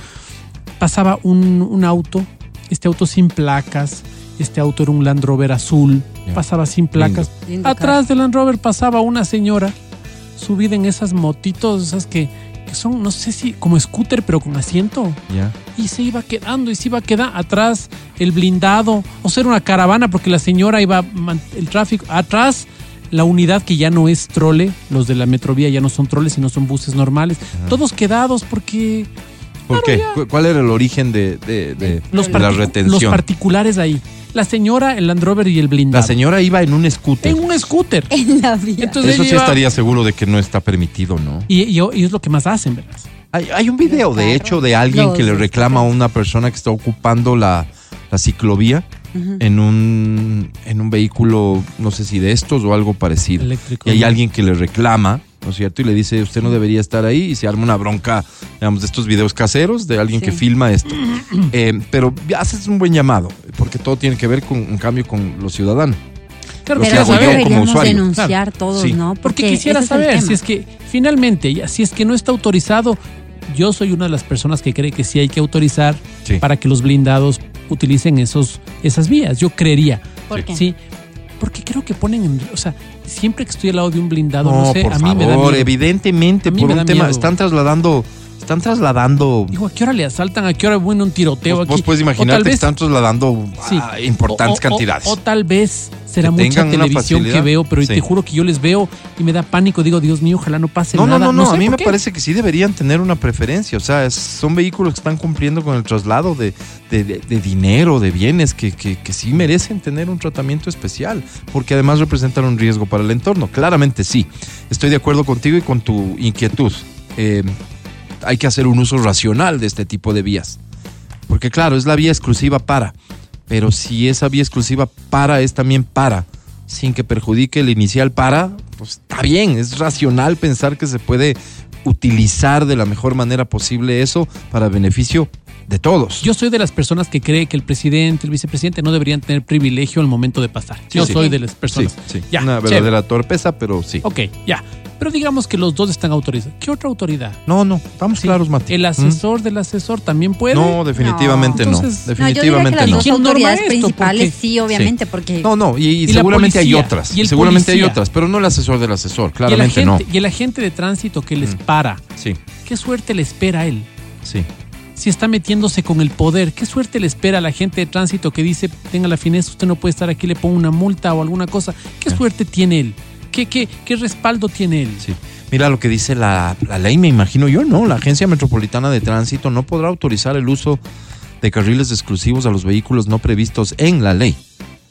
Pasaba un, un auto, este auto sin placas, este auto era un Land Rover azul, yeah. pasaba sin placas. Lindo. Lindo Atrás carro. del Land Rover pasaba una señora subida en esas motitos, esas que, que son, no sé si como scooter, pero con asiento. Ya. Y se iba quedando, y se iba quedando atrás el blindado, o sea, era una caravana porque la señora iba, el tráfico, atrás la unidad que ya no es trole, los de la Metrovía ya no son troles, sino son buses normales, Ajá. todos quedados porque... ¿Por claro, qué? ya. ¿Cuál era el origen de, de, de, Los, de la particu- retención? los particulares ahí. La señora, el Land Rover y el blindado. La señora iba en un scooter. En un scooter. En la vida. Entonces Eso sí ella iba- estaría seguro de que no está permitido, ¿no? Y, y, y es lo que más hacen, ¿verdad? Hay, hay un video, de hecho, de alguien Los que le dos, reclama a sí. una persona que está ocupando la, la ciclovía Ujú. en un en un vehículo, no sé si de estos o algo parecido. Eléctrico. Y hay alguien que le reclama, ¿no es cierto? Y le dice, usted no debería estar ahí, y se arma una bronca, digamos, de estos videos caseros de alguien Sí. que filma esto. Eh, pero haces un buen llamado, porque todo tiene que ver con un cambio con los ciudadanos. Claro, Lo que Pero hago sí yo como deberíamos usuario. denunciar Claro. todos, Sí. ¿no? Porque quisiera ese es el saber tema. si es que finalmente, ya, si es que no está autorizado, yo soy una de las personas que cree que sí hay que autorizar Sí. para que los blindados utilicen esos, esas vías. Yo creería. ¿Por qué? Sí. Porque creo que ponen en, o sea, siempre que estoy al lado de un blindado, No, no, sé, por a mí favor, me da miedo. evidentemente, A mí por me un da tema, miedo. están trasladando, están trasladando. Digo, ¿a qué hora le asaltan? ¿A qué hora viene un tiroteo Vos, aquí? vos puedes O imaginarte tal que vez- están trasladando Sí. ah, importantes O- o- cantidades. O, o tal vez será Que mucha tengan una televisión que facilidad. veo, pero Sí. te juro que yo les veo y me da pánico. Digo, Dios mío, ojalá no pase No, no, nada. no, no, sé a mí por me qué. parece que sí deberían tener una preferencia, o sea, es- son vehículos que están cumpliendo con el traslado de, de- de- de dinero, de bienes, que, que, que sí merecen tener un tratamiento especial, porque además representan un riesgo para el entorno. Claramente sí, estoy de acuerdo contigo y con tu inquietud. Eh, hay que hacer un uso racional de este tipo de vías, porque claro, es la vía exclusiva para, pero si esa vía exclusiva para es también para, sin que perjudique el inicial para, pues está bien, es racional pensar que se puede utilizar de la mejor manera posible eso para beneficio de todos. Yo soy de las personas que cree que el presidente, el vicepresidente no deberían tener privilegio al momento de pasar. Sí, Yo sí. soy de las sí, personas. sí, Ya, una chévere. verdadera torpeza, pero sí. Ok, ya. Pero digamos que los dos están autorizados. ¿Qué otra autoridad? No, no, vamos Sí. claros, Mati. ¿El asesor del asesor también puede? ¿Mm? No, definitivamente no. No. Entonces- No, yo diría que definitivamente las ¿Y no. dos quién norma autoridades esto? principales Porque- sí, obviamente, porque No, no, y, y Y la seguramente hay policía, otras. y el Seguramente hay policía. otras, pero no el asesor del asesor, y, el claramente agente, no. y el agente de tránsito que les Mm. para, Sí, ¿qué suerte le espera a él? sí. Si está metiéndose con el poder, ¿qué suerte le espera al agente de tránsito que dice, tenga la fineza, usted no puede estar aquí, le pongo una multa o alguna cosa? ¿Qué Ya. suerte tiene él? ¿Qué, qué, qué respaldo tiene él? Sí. Mira lo que dice la, la ley, me imagino yo, ¿no? La Agencia Metropolitana de Tránsito no podrá autorizar el uso de carriles exclusivos a los vehículos no previstos en la ley.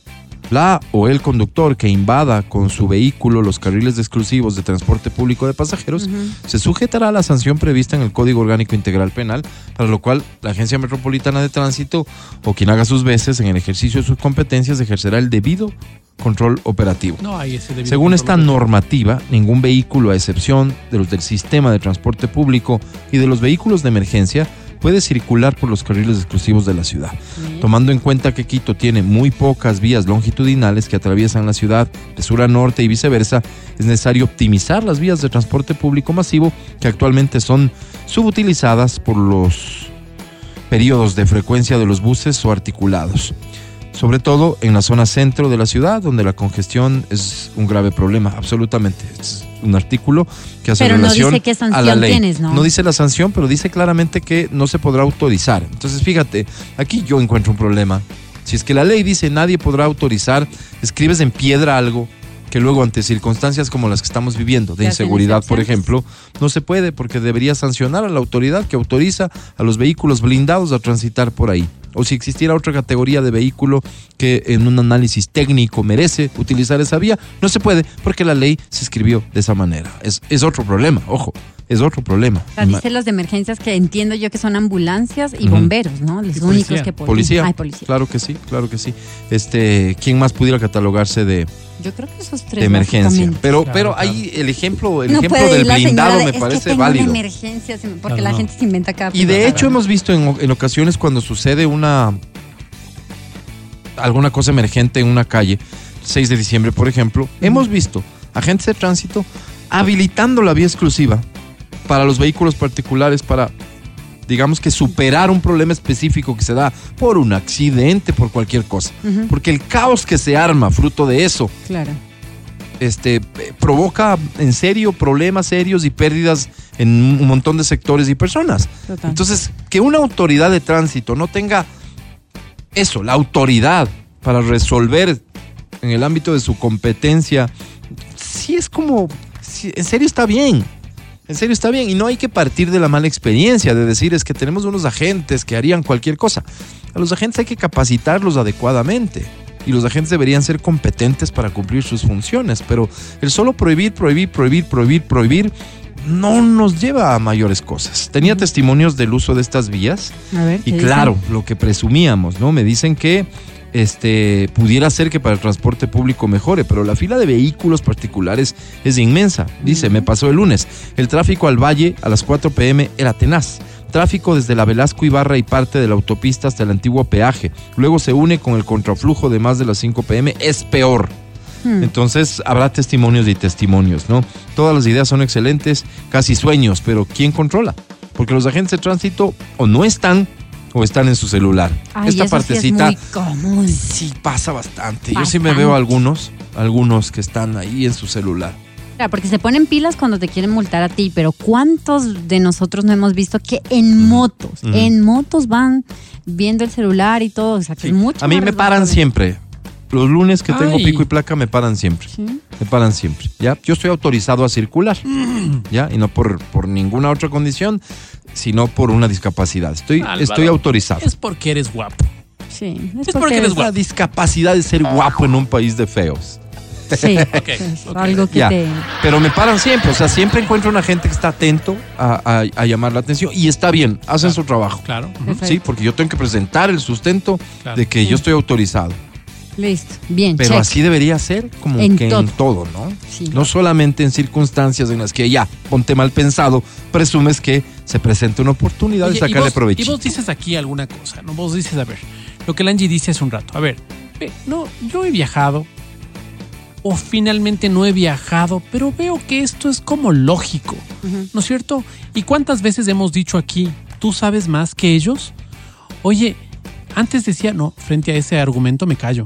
La o el conductor que invada con su vehículo los carriles exclusivos de transporte público de pasajeros Ujú. se sujetará a la sanción prevista en el Código Orgánico Integral Penal, para lo cual la Agencia Metropolitana de Tránsito o quien haga sus veces en el ejercicio de sus competencias ejercerá el debido control operativo. No hay ese debido Según esta control. normativa, ningún vehículo, a excepción de los del sistema de transporte público y de los vehículos de emergencia, puede circular por los carriles exclusivos de la ciudad. Sí. Tomando en cuenta que Quito tiene muy pocas vías longitudinales que atraviesan la ciudad de sur a norte y viceversa, es necesario optimizar las vías de transporte público masivo que actualmente son subutilizadas por los periodos de frecuencia de los buses o articulados. Sobre todo en la zona centro de la ciudad, donde la congestión es un grave problema, absolutamente. Es un artículo que hace Pero no relación dice qué a la sanción ley. tienes, ¿no? No dice la sanción, pero dice claramente que no se podrá autorizar. Entonces, fíjate, aquí yo encuentro un problema. Si es que la ley dice nadie podrá autorizar, escribes en piedra algo que luego ante circunstancias como las que estamos viviendo, de Se hacen inseguridad, por excepciones. ejemplo, no se puede, porque debería sancionar a la autoridad que autoriza a los vehículos blindados a transitar por ahí. O si existiera otra categoría de vehículo que en un análisis técnico merece utilizar esa vía, no se puede, porque la ley se escribió de esa manera. Es, es otro problema, ojo, es otro problema. O sea, dice los de emergencias que entiendo yo que son ambulancias y Ujú. bomberos, ¿no? Los Y únicos policía. que pueden. Policía, Ay, policía. claro que sí, claro que sí. Este, ¿quién más pudiera catalogarse de, Yo creo que esos tres. de emergencia? básicamente. Pero, Claro, pero claro. ahí el ejemplo, el No ejemplo puede del ir la blindado señora de, me "Es que parece tengo válido. una emergencia, se me- porque Claro, la no. gente se inventa cada Y de pendejada. hecho hemos visto en, en ocasiones cuando sucede una, alguna cosa emergente en una calle, seis de diciembre, por ejemplo, uh-huh. hemos visto agentes de tránsito habilitando la vía exclusiva para los vehículos particulares para, digamos que superar un problema específico que se da por un accidente, por cualquier cosa. Uh-huh. Porque el caos que se arma fruto de eso, claro. este, provoca en serio problemas serios y pérdidas en un montón de sectores y personas. Total. Entonces, que una autoridad de tránsito no tenga eso, la autoridad para resolver en el ámbito de su competencia, sí es como, sí, en serio está bien. En serio está bien, y no hay que partir de la mala experiencia de decir es que tenemos unos agentes que harían cualquier cosa. A los agentes hay que capacitarlos adecuadamente y los agentes deberían ser competentes para cumplir sus funciones, pero el solo prohibir, prohibir, prohibir, prohibir, prohibir no nos lleva a mayores cosas. Tenía uh-huh. testimonios del uso de estas vías a ver, y claro, dicen? Lo que presumíamos, ¿no? Me dicen que Este, pudiera ser que para el transporte público mejore, pero la fila de vehículos particulares es inmensa. Dice, me pasó el lunes, el tráfico al Valle a las cuatro pm era tenaz. Tráfico desde la Velasco Ibarra y parte de la autopista hasta el antiguo peaje. Luego se une con el contraflujo de más de las cinco pm, es peor. Hmm. Entonces habrá testimonios y testimonios, ¿no? Todas las ideas son excelentes, casi sueños, pero ¿quién controla? Porque los agentes de tránsito o no están o están en su celular. Ay, esta eso partecita sí, es muy común. Sí pasa bastante. bastante. Yo sí me veo algunos, algunos que están ahí en su celular. Claro, porque se ponen pilas cuando te quieren multar a ti, pero ¿cuántos de nosotros no hemos visto que en motos, mm. en motos van viendo el celular y todo? O sea, que sí. es mucho. A mí me paran siempre. Los lunes que tengo Ay. pico y placa me paran siempre. ¿Sí? Me paran siempre. ¿Ya? Yo estoy autorizado a circular. Mm. ¿Ya? Y no por, por ninguna otra condición, sino por una discapacidad. Estoy, Álvaro, estoy autorizado. Es porque eres guapo. Sí, es, es porque, porque eres guapo. La discapacidad de ser guapo en un país de feos. Sí, okay, es okay. algo que ya, te... pero me paran siempre, o sea, siempre encuentro una gente que está atento a, a, a llamar la atención y está bien, hacen claro, su trabajo. Claro. Uh-huh. Sí, porque yo tengo que presentar el sustento claro. de que sí. yo estoy autorizado. Listo, bien, pero check. así debería ser como en que todo. en todo, ¿no? Sí. No solamente en circunstancias en las que ya, ponte mal pensado, presumes que se presenta una oportunidad Oye, de sacarle provecho. Y vos dices aquí alguna cosa, ¿no? Vos dices, a ver, lo que el Angie dice hace un rato, a ver, no, yo he viajado o finalmente no he viajado, pero veo que esto es como lógico, uh-huh. ¿no es cierto? ¿Y cuántas veces hemos dicho aquí, tú sabes más que ellos? Oye, antes decía, no, frente a ese argumento me callo.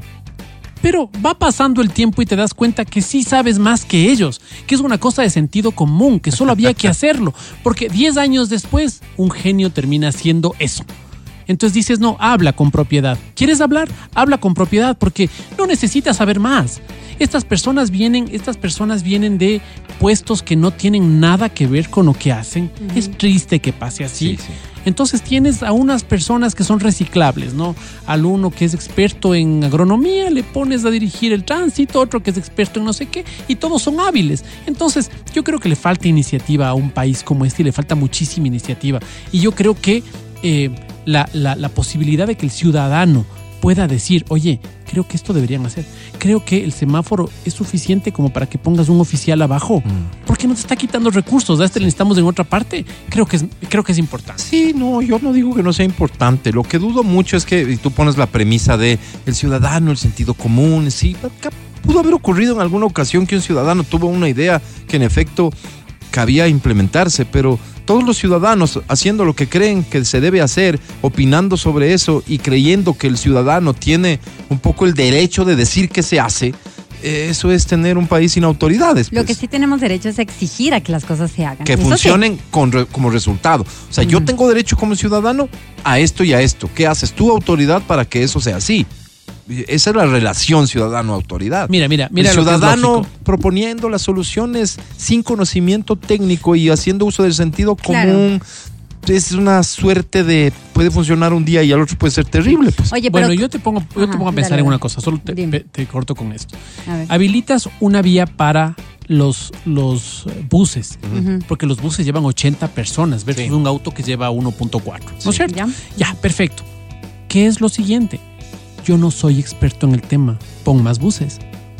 Pero va pasando el tiempo y te das cuenta que sí sabes más que ellos, que es una cosa de sentido común, que solo había que hacerlo, porque diez años después un genio termina haciendo eso. Entonces dices, no, habla con propiedad. ¿Quieres hablar? Habla con propiedad, porque no necesitas saber más. Estas personas vienen, estas personas vienen de puestos que no tienen nada que ver con lo que hacen. Uh-huh. Es triste que pase así. Sí, sí. Entonces tienes a unas personas que son reciclables, ¿no? Al uno que es experto en agronomía, le pones a dirigir el tránsito, otro que es experto en no sé qué, y todos son hábiles. Entonces, yo creo que le falta iniciativa a un país como este y le falta muchísima iniciativa. Y yo creo que eh, la, la, la posibilidad de que el ciudadano pueda decir, oye, creo que esto deberían hacer. Creo que el semáforo es suficiente como para que pongas un oficial abajo. Mm. Porque no te está quitando recursos. A este le necesitamos en otra parte. Creo que es, creo que es importante. Sí, no, yo no digo que no sea importante. Lo que dudo mucho es que tú pones la premisa de el ciudadano, el sentido común. Sí, pudo haber ocurrido en alguna ocasión que un ciudadano tuvo una idea que en efecto cabía implementarse, pero todos los ciudadanos haciendo lo que creen que se debe hacer, opinando sobre eso y creyendo que el ciudadano tiene un poco el derecho de decir qué se hace, eso es tener un país sin autoridades. Pues. Lo que sí tenemos derecho es exigir a que las cosas se hagan. Que eso funcionen sí. con re, como resultado. O sea, mm. yo tengo derecho como ciudadano a esto y a esto. ¿Qué haces tú, autoridad, para que eso sea así? Esa es la relación ciudadano-autoridad. Mira, mira, mira. El ciudadano proponiendo las soluciones sin conocimiento técnico y haciendo uso del sentido común. Claro. Es una suerte de puede funcionar un día y al otro puede ser terrible. Pues. Oye, pero, bueno, yo te pongo, yo Ajá, te pongo a pensar dale, en una cosa. Solo te, te, te corto con esto. Habilitas una vía para los, los buses, uh-huh. porque los buses llevan ochenta personas versus sí. un auto que lleva uno punto cuatro. ¿No es sí. cierto? Ya. ya, perfecto. ¿Qué es lo siguiente? Yo no soy experto en el tema. Pon más buses.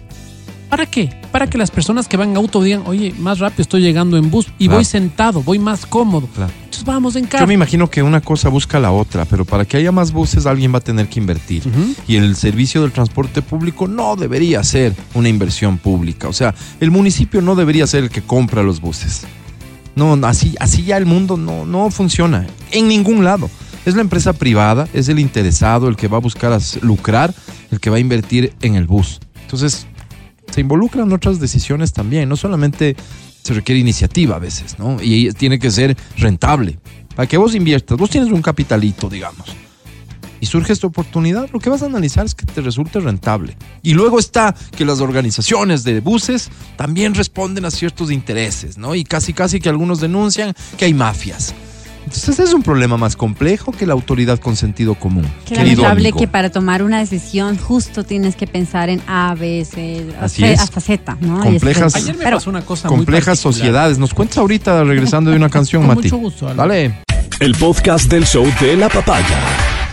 ¿Para qué? Para que las personas que van en auto digan, oye, más rápido estoy llegando en bus y claro. voy sentado, voy más cómodo. Claro. Entonces Entonces vamos en carro. Yo me imagino que una cosa busca la otra, pero para que haya más buses alguien va a tener que invertir. Ujú. Y el servicio del transporte público no debería ser una inversión pública. O sea, el municipio no debería ser el que compra los buses. No, así, así ya el mundo no, no funciona en ningún lado. Es la empresa privada, es el interesado, el que va a buscar as- lucrar, el que va a invertir en el bus. Entonces, se involucran otras decisiones también. No solamente se requiere iniciativa a veces, ¿no? Y tiene que ser rentable. Para que vos inviertas, vos tienes un capitalito, digamos, y surge esta oportunidad, lo que vas a analizar es que te resulte rentable. Y luego está que las organizaciones de buses también responden a ciertos intereses, ¿no? Y casi casi que algunos denuncian que hay mafias. Entonces es un problema más complejo que la autoridad con sentido común. Qué querido lamentable amigo. que para tomar una decisión justo tienes que pensar en A, B, C, Así C, es. hasta Z, ¿no? Complejas- Y es- Ayer me pero- pasó una cosa muy Complejas particular. sociedades. Nos cuentas ahorita regresando de una canción, Con Mati. mucho gusto, Álvaro. Dale. El podcast del show de la papaya.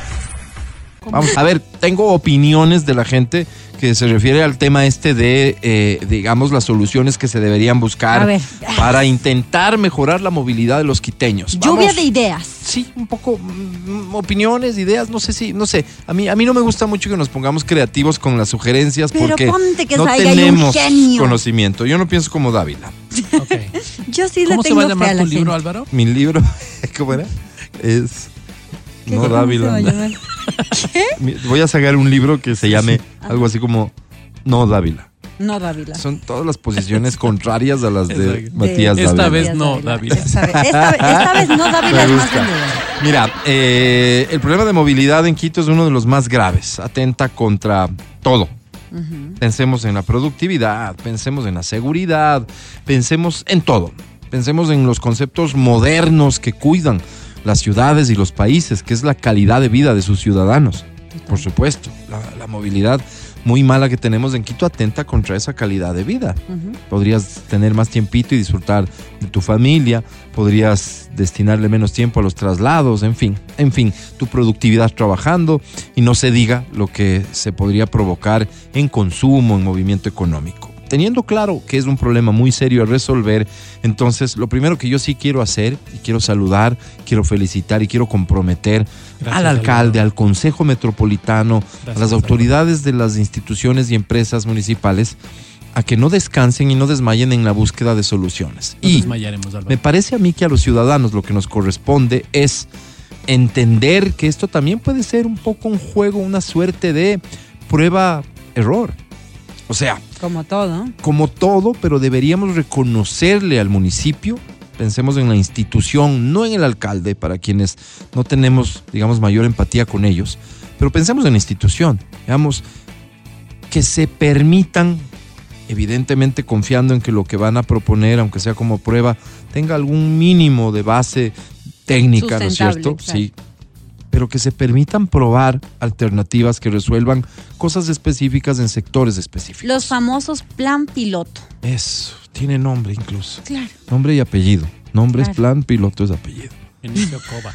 Vamos a ver, tengo opiniones de la gente que se refiere al tema este de, eh, digamos, las soluciones que se deberían buscar A ver. para intentar mejorar la movilidad de los quiteños. Lluvia Vamos. de ideas. Sí, un poco mm, opiniones, ideas, no sé si, no sé. A mí, a mí no me gusta mucho que nos pongamos creativos con las sugerencias Pero porque ponte que no salga ahí un tenemos genio. conocimiento. Yo no pienso como Dávila. Ok. Yo sí ¿Cómo le se va tengo a fe llamar a la tu libro, gente. Álvaro? Mi libro, ¿cómo era? Es ¿Qué- No cómo Dávila. se va a llamar? Mi- Voy a sacar un libro que se llame algo así como No Dávila. No, Dávila. Son todas las posiciones contrarias a las de Exacto. Matías De- Dávila. Esta vez no, Dávila. Esta vez, esta vez- esta vez no, Dávila Me es más gusta. vendedor. Mira, eh, el problema de movilidad en Quito es uno de los más graves. Atenta contra todo. Pensemos en la productividad, pensemos en la seguridad, pensemos en todo. Pensemos en los conceptos modernos que cuidan las ciudades y los países, que es la calidad de vida de sus ciudadanos. Por supuesto, la, la movilidad muy mala que tenemos en Quito atenta contra esa calidad de vida. Ujú. Podrías tener más tiempito y disfrutar de tu familia, podrías destinarle menos tiempo a los traslados, en fin, en fin, tu productividad trabajando y no se diga lo que se podría provocar en consumo, en movimiento económico. Teniendo claro que es un problema muy serio a resolver, entonces lo primero que yo sí quiero hacer, y quiero saludar, quiero felicitar y quiero comprometer Gracias, al alcalde, Álvaro. al Consejo Metropolitano, Gracias, a las autoridades de las instituciones y empresas municipales, a que no descansen y no desmayen en la búsqueda de soluciones. Nos Y desmayaremos, Álvaro. me parece a mí que a los ciudadanos lo que nos corresponde es entender que esto también puede ser un poco un juego, una suerte de prueba-error. O sea, Como todo. como todo, pero deberíamos reconocerle al municipio, pensemos en la institución, no en el alcalde, para quienes no tenemos, digamos, mayor empatía con ellos, pero pensemos en la institución, digamos, que se permitan, evidentemente confiando en que lo que van a proponer, aunque sea como prueba, tenga algún mínimo de base técnica, ¿no es Sustentable, cierto? claro. Sí. Pero que se permitan probar alternativas que resuelvan cosas específicas en sectores específicos. Los famosos plan piloto. Eso, tiene nombre incluso. Claro. Nombre y apellido. Nombre es Claro. plan, piloto es apellido. Inicio Coba.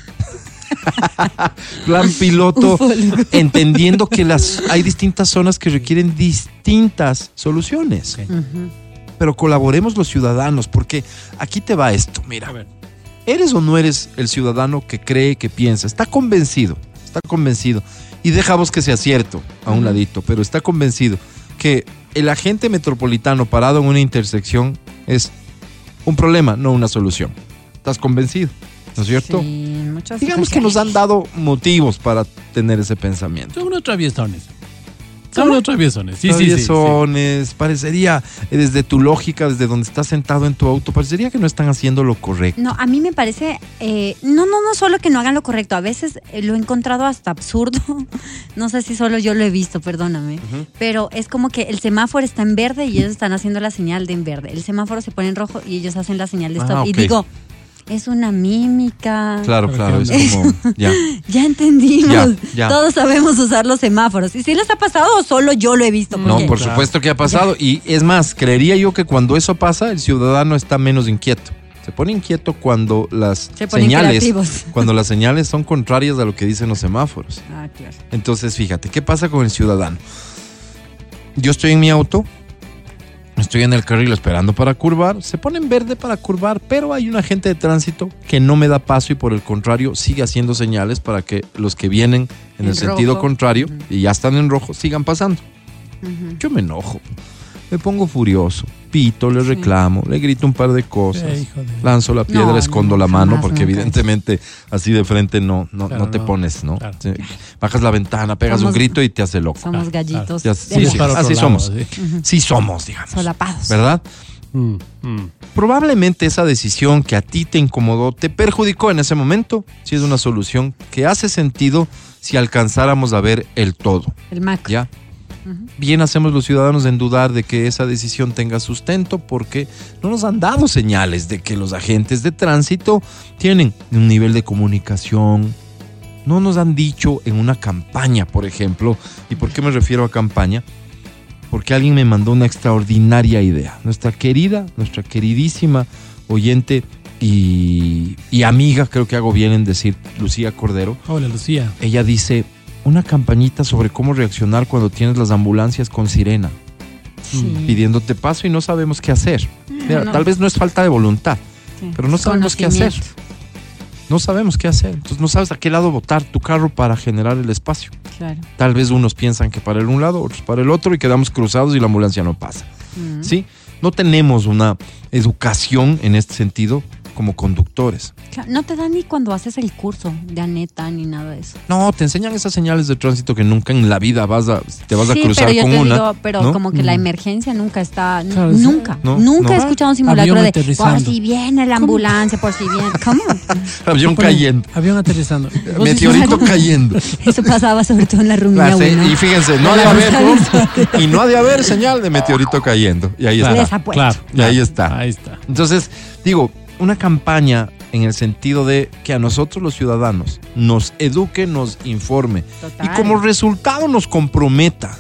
Plan piloto, entendiendo que las hay distintas zonas que requieren distintas soluciones. Ok. Ujú. Pero colaboremos los ciudadanos, porque aquí te va esto, mira. A ver. ¿Eres o no eres el ciudadano que cree, que piensa? Está convencido, está convencido. Y dejamos que sea cierto a un Ujú. ladito, pero está convencido que el agente metropolitano parado en una intersección es un problema, no una solución. ¿Estás convencido? ¿No es cierto? Sí, en muchas Digamos que nos ocasiones. han dado motivos para tener ese pensamiento. Son unos traviesones. Son unos traviesones. Sí, sí, sí, sí. Traviesones, parecería, eh, desde tu lógica, desde donde estás sentado en tu auto, parecería que no están haciendo lo correcto. No, a mí me parece, eh, no, no, no solo que no hagan lo correcto, a veces eh, lo he encontrado hasta absurdo, no sé si solo yo lo he visto, perdóname, Ujú. pero es como que el semáforo está en verde y ellos están haciendo la señal de en verde, el semáforo se pone en rojo y ellos hacen la señal de stop, Ah, y ok. digo, es una mímica. Claro, Pero claro, es ¿qué como, ya. Ya entendimos, Ya, ya. todos sabemos usar los semáforos, ¿y si les ha pasado o solo yo lo he visto? No, Porque- por Claro. supuesto que ha pasado. Y es más, creería yo que cuando eso pasa, el ciudadano está menos inquieto. Se pone inquieto cuando las Se ponen señales, creativos. cuando las señales son contrarias a lo que dicen los semáforos. Ah, claro. Entonces, fíjate, ¿qué pasa con el ciudadano? Yo estoy en mi auto, estoy estoy en el carril esperando para curvar, se pone en verde para curvar, pero hay un agente de tránsito que no me da paso y por el contrario sigue haciendo señales para que los que vienen en, en el rojo. Sentido contrario uh-huh. y ya están en rojo sigan pasando. Uh-huh. Yo me enojo, me pongo furioso, pito, le reclamo, sí. le grito un par de cosas, eh, de... lanzo la piedra, no, escondo no, la mano, porque nunca. evidentemente así de frente no, no, claro, no te no. pones, ¿no? Claro. Sí. Bajas la ventana, pegas somos, un grito y te hace loco. Somos gallitos. Claro. Sí, sí, así somos. Lado, sí. Uh-huh. sí somos, digamos. Solapados. ¿Verdad? Mm, mm. Probablemente esa decisión que a ti te incomodó, te perjudicó en ese momento, si es una solución que hace sentido si alcanzáramos a ver el todo. El macro. ¿Ya? Uh-huh. Bien hacemos los ciudadanos en dudar de que esa decisión tenga sustento porque no nos han dado señales de que los agentes de tránsito tienen un nivel de comunicación. No nos han dicho en una campaña, por ejemplo. ¿Y por qué me refiero a campaña? Porque alguien me mandó una extraordinaria idea. Nuestra querida, nuestra queridísima oyente y, y amiga, creo que hago bien en decir, Lucía Cordero. Hola, Lucía. Ella dice... una campañita sobre cómo reaccionar cuando tienes las ambulancias con sirena, sí. pidiéndote paso y no sabemos qué hacer. Mira, no. Tal vez no es falta de voluntad, sí. pero no sabemos qué hacer. No sabemos qué hacer. Entonces no sabes a qué lado botar tu carro para generar el espacio. Claro. Tal vez unos piensan que para el un lado, otros para el otro y quedamos cruzados y la ambulancia no pasa. Uh-huh. ¿Sí? No tenemos una educación en este sentido como conductores. Claro, no te dan ni cuando haces el curso de ANETA ni nada de eso. No, te enseñan esas señales de tránsito que nunca en la vida vas a, te vas sí, a cruzar pero yo con te una. Digo, pero ¿no? como que mm. la emergencia nunca está, claro, nunca, no, nunca no. he escuchado un simulacro Avión de aterrizando. por si viene la ambulancia, por si viene. ¿Cómo? Avión cayendo. Avión aterrizando. Meteorito cayendo. Eso pasaba sobre todo en la Rumilla uno. Y fíjense, no ha de haber, ¿no? y no ha de haber señal de meteorito cayendo. Y ahí claro, está. Claro, y ahí está. Ahí está. Entonces, digo, una campaña en el sentido de que a nosotros los ciudadanos nos eduque, nos informe Total. y como resultado nos comprometa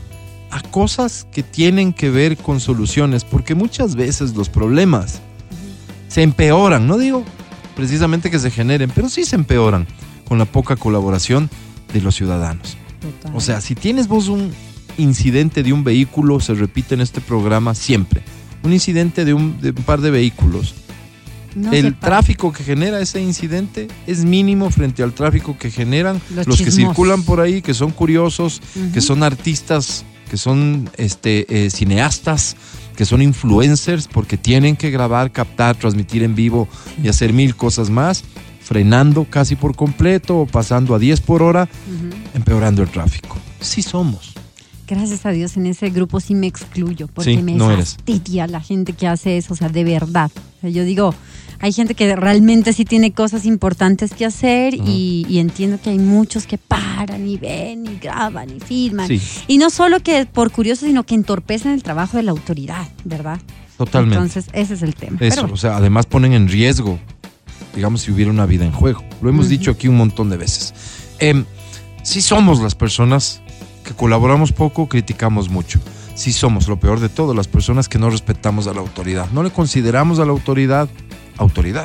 a cosas que tienen que ver con soluciones, porque muchas veces los problemas uh-huh. se empeoran, no digo precisamente que se generen, pero sí se empeoran con la poca colaboración de los ciudadanos. Total. O sea, si tienes vos un incidente de un vehículo, se repite en este programa siempre, un incidente de un, de un par de vehículos, no el tráfico que genera ese incidente es mínimo frente al tráfico que generan los, los que circulan por ahí, que son curiosos, uh-huh. que son artistas, que son este, eh, cineastas, que son influencers porque tienen que grabar, captar, transmitir en vivo y hacer mil cosas más, frenando casi por completo o pasando a diez por hora, uh-huh. empeorando el tráfico. Sí somos. Gracias a Dios en ese grupo sí me excluyo, porque sí, me no fastidia la gente que hace eso, o sea, de verdad. O sea, yo digo, hay gente que realmente sí tiene cosas importantes que hacer uh-huh. y, y entiendo que hay muchos que paran y ven y graban y filman. Sí. Y no solo que por curiosos, sino que entorpecen el trabajo de la autoridad, ¿verdad? Totalmente. Entonces, ese es el tema. Eso, Pero, o sea, además ponen en riesgo, digamos, si hubiera una vida en juego. Lo hemos uh-huh. dicho aquí un montón de veces. Eh, sí somos las personas que colaboramos poco, criticamos mucho. Sí somos, lo peor de todo, las personas que no respetamos a la autoridad. No le consideramos a la autoridad autoridad.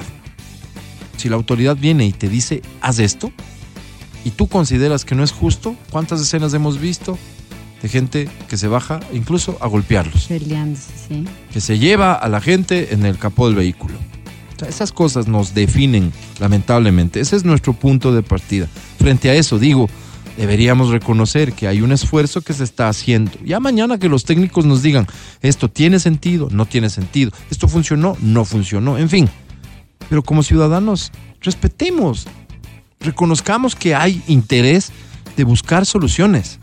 Si la autoridad viene y te dice, haz esto, y tú consideras que no es justo, ¿cuántas escenas hemos visto de gente que se baja incluso a golpearlos? Peleándose, sí. Que se lleva a la gente en el capó del vehículo. O sea, esas cosas nos definen, lamentablemente. Ese es nuestro punto de partida. Frente a eso, digo, deberíamos reconocer que hay un esfuerzo que se está haciendo. Ya mañana que los técnicos nos digan, esto tiene sentido, no tiene sentido, esto funcionó, no funcionó, en fin. Pero como ciudadanos, respetemos, reconozcamos que hay interés de buscar soluciones.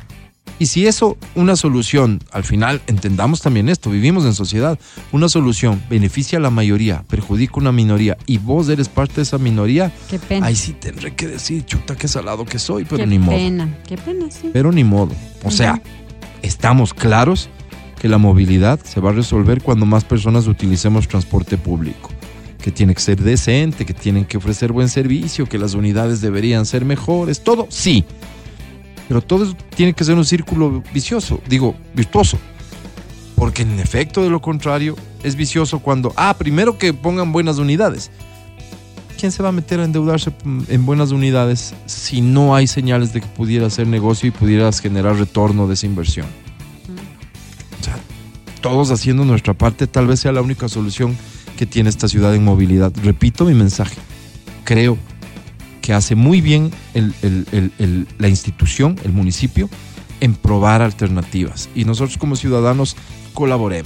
Y si eso, una solución, al final entendamos también esto, vivimos en sociedad, una solución beneficia a la mayoría, perjudica a una minoría y vos eres parte de esa minoría, qué pena. Ahí sí tendré que decir, chuta, qué salado que soy, pero qué ni modo. Qué pena, qué pena, sí. Pero ni modo. O uh-huh. sea, estamos claros que la movilidad se va a resolver cuando más personas utilicemos transporte público, que tiene que ser decente, que tienen que ofrecer buen servicio, que las unidades deberían ser mejores, todo, sí. Pero todo eso tiene que ser un círculo vicioso, digo, virtuoso. Porque en efecto, de lo contrario, es vicioso cuando, ah, primero que pongan buenas unidades. ¿Quién se va a meter a endeudarse en buenas unidades si no hay señales de que pudiera hacer negocio y pudieras generar retorno de esa inversión? O sea, todos haciendo nuestra parte, tal vez sea la única solución que tiene esta ciudad en movilidad. Repito mi mensaje. Creo que hace muy bien el, el, el, el, la institución, el municipio, en probar alternativas. Y nosotros como ciudadanos colaboremos.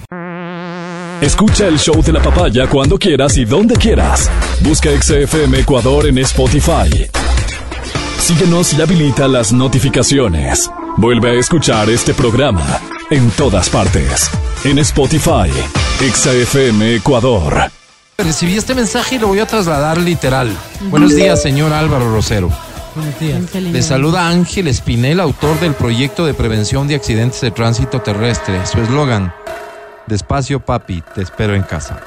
Escucha el show de la papaya cuando quieras y donde quieras. Busca X F M Ecuador en Spotify. Síguenos y habilita las notificaciones. Vuelve a escuchar este programa en todas partes. En Spotify, X F M Ecuador. Recibí este mensaje y lo voy a trasladar literal. Uh-huh. Buenos días, señor Álvaro Rosero. Buenos días. Le saluda Ángel Espinel, autor del proyecto de prevención de accidentes de tránsito terrestre. Su eslogan: despacio, papi, te espero en casa.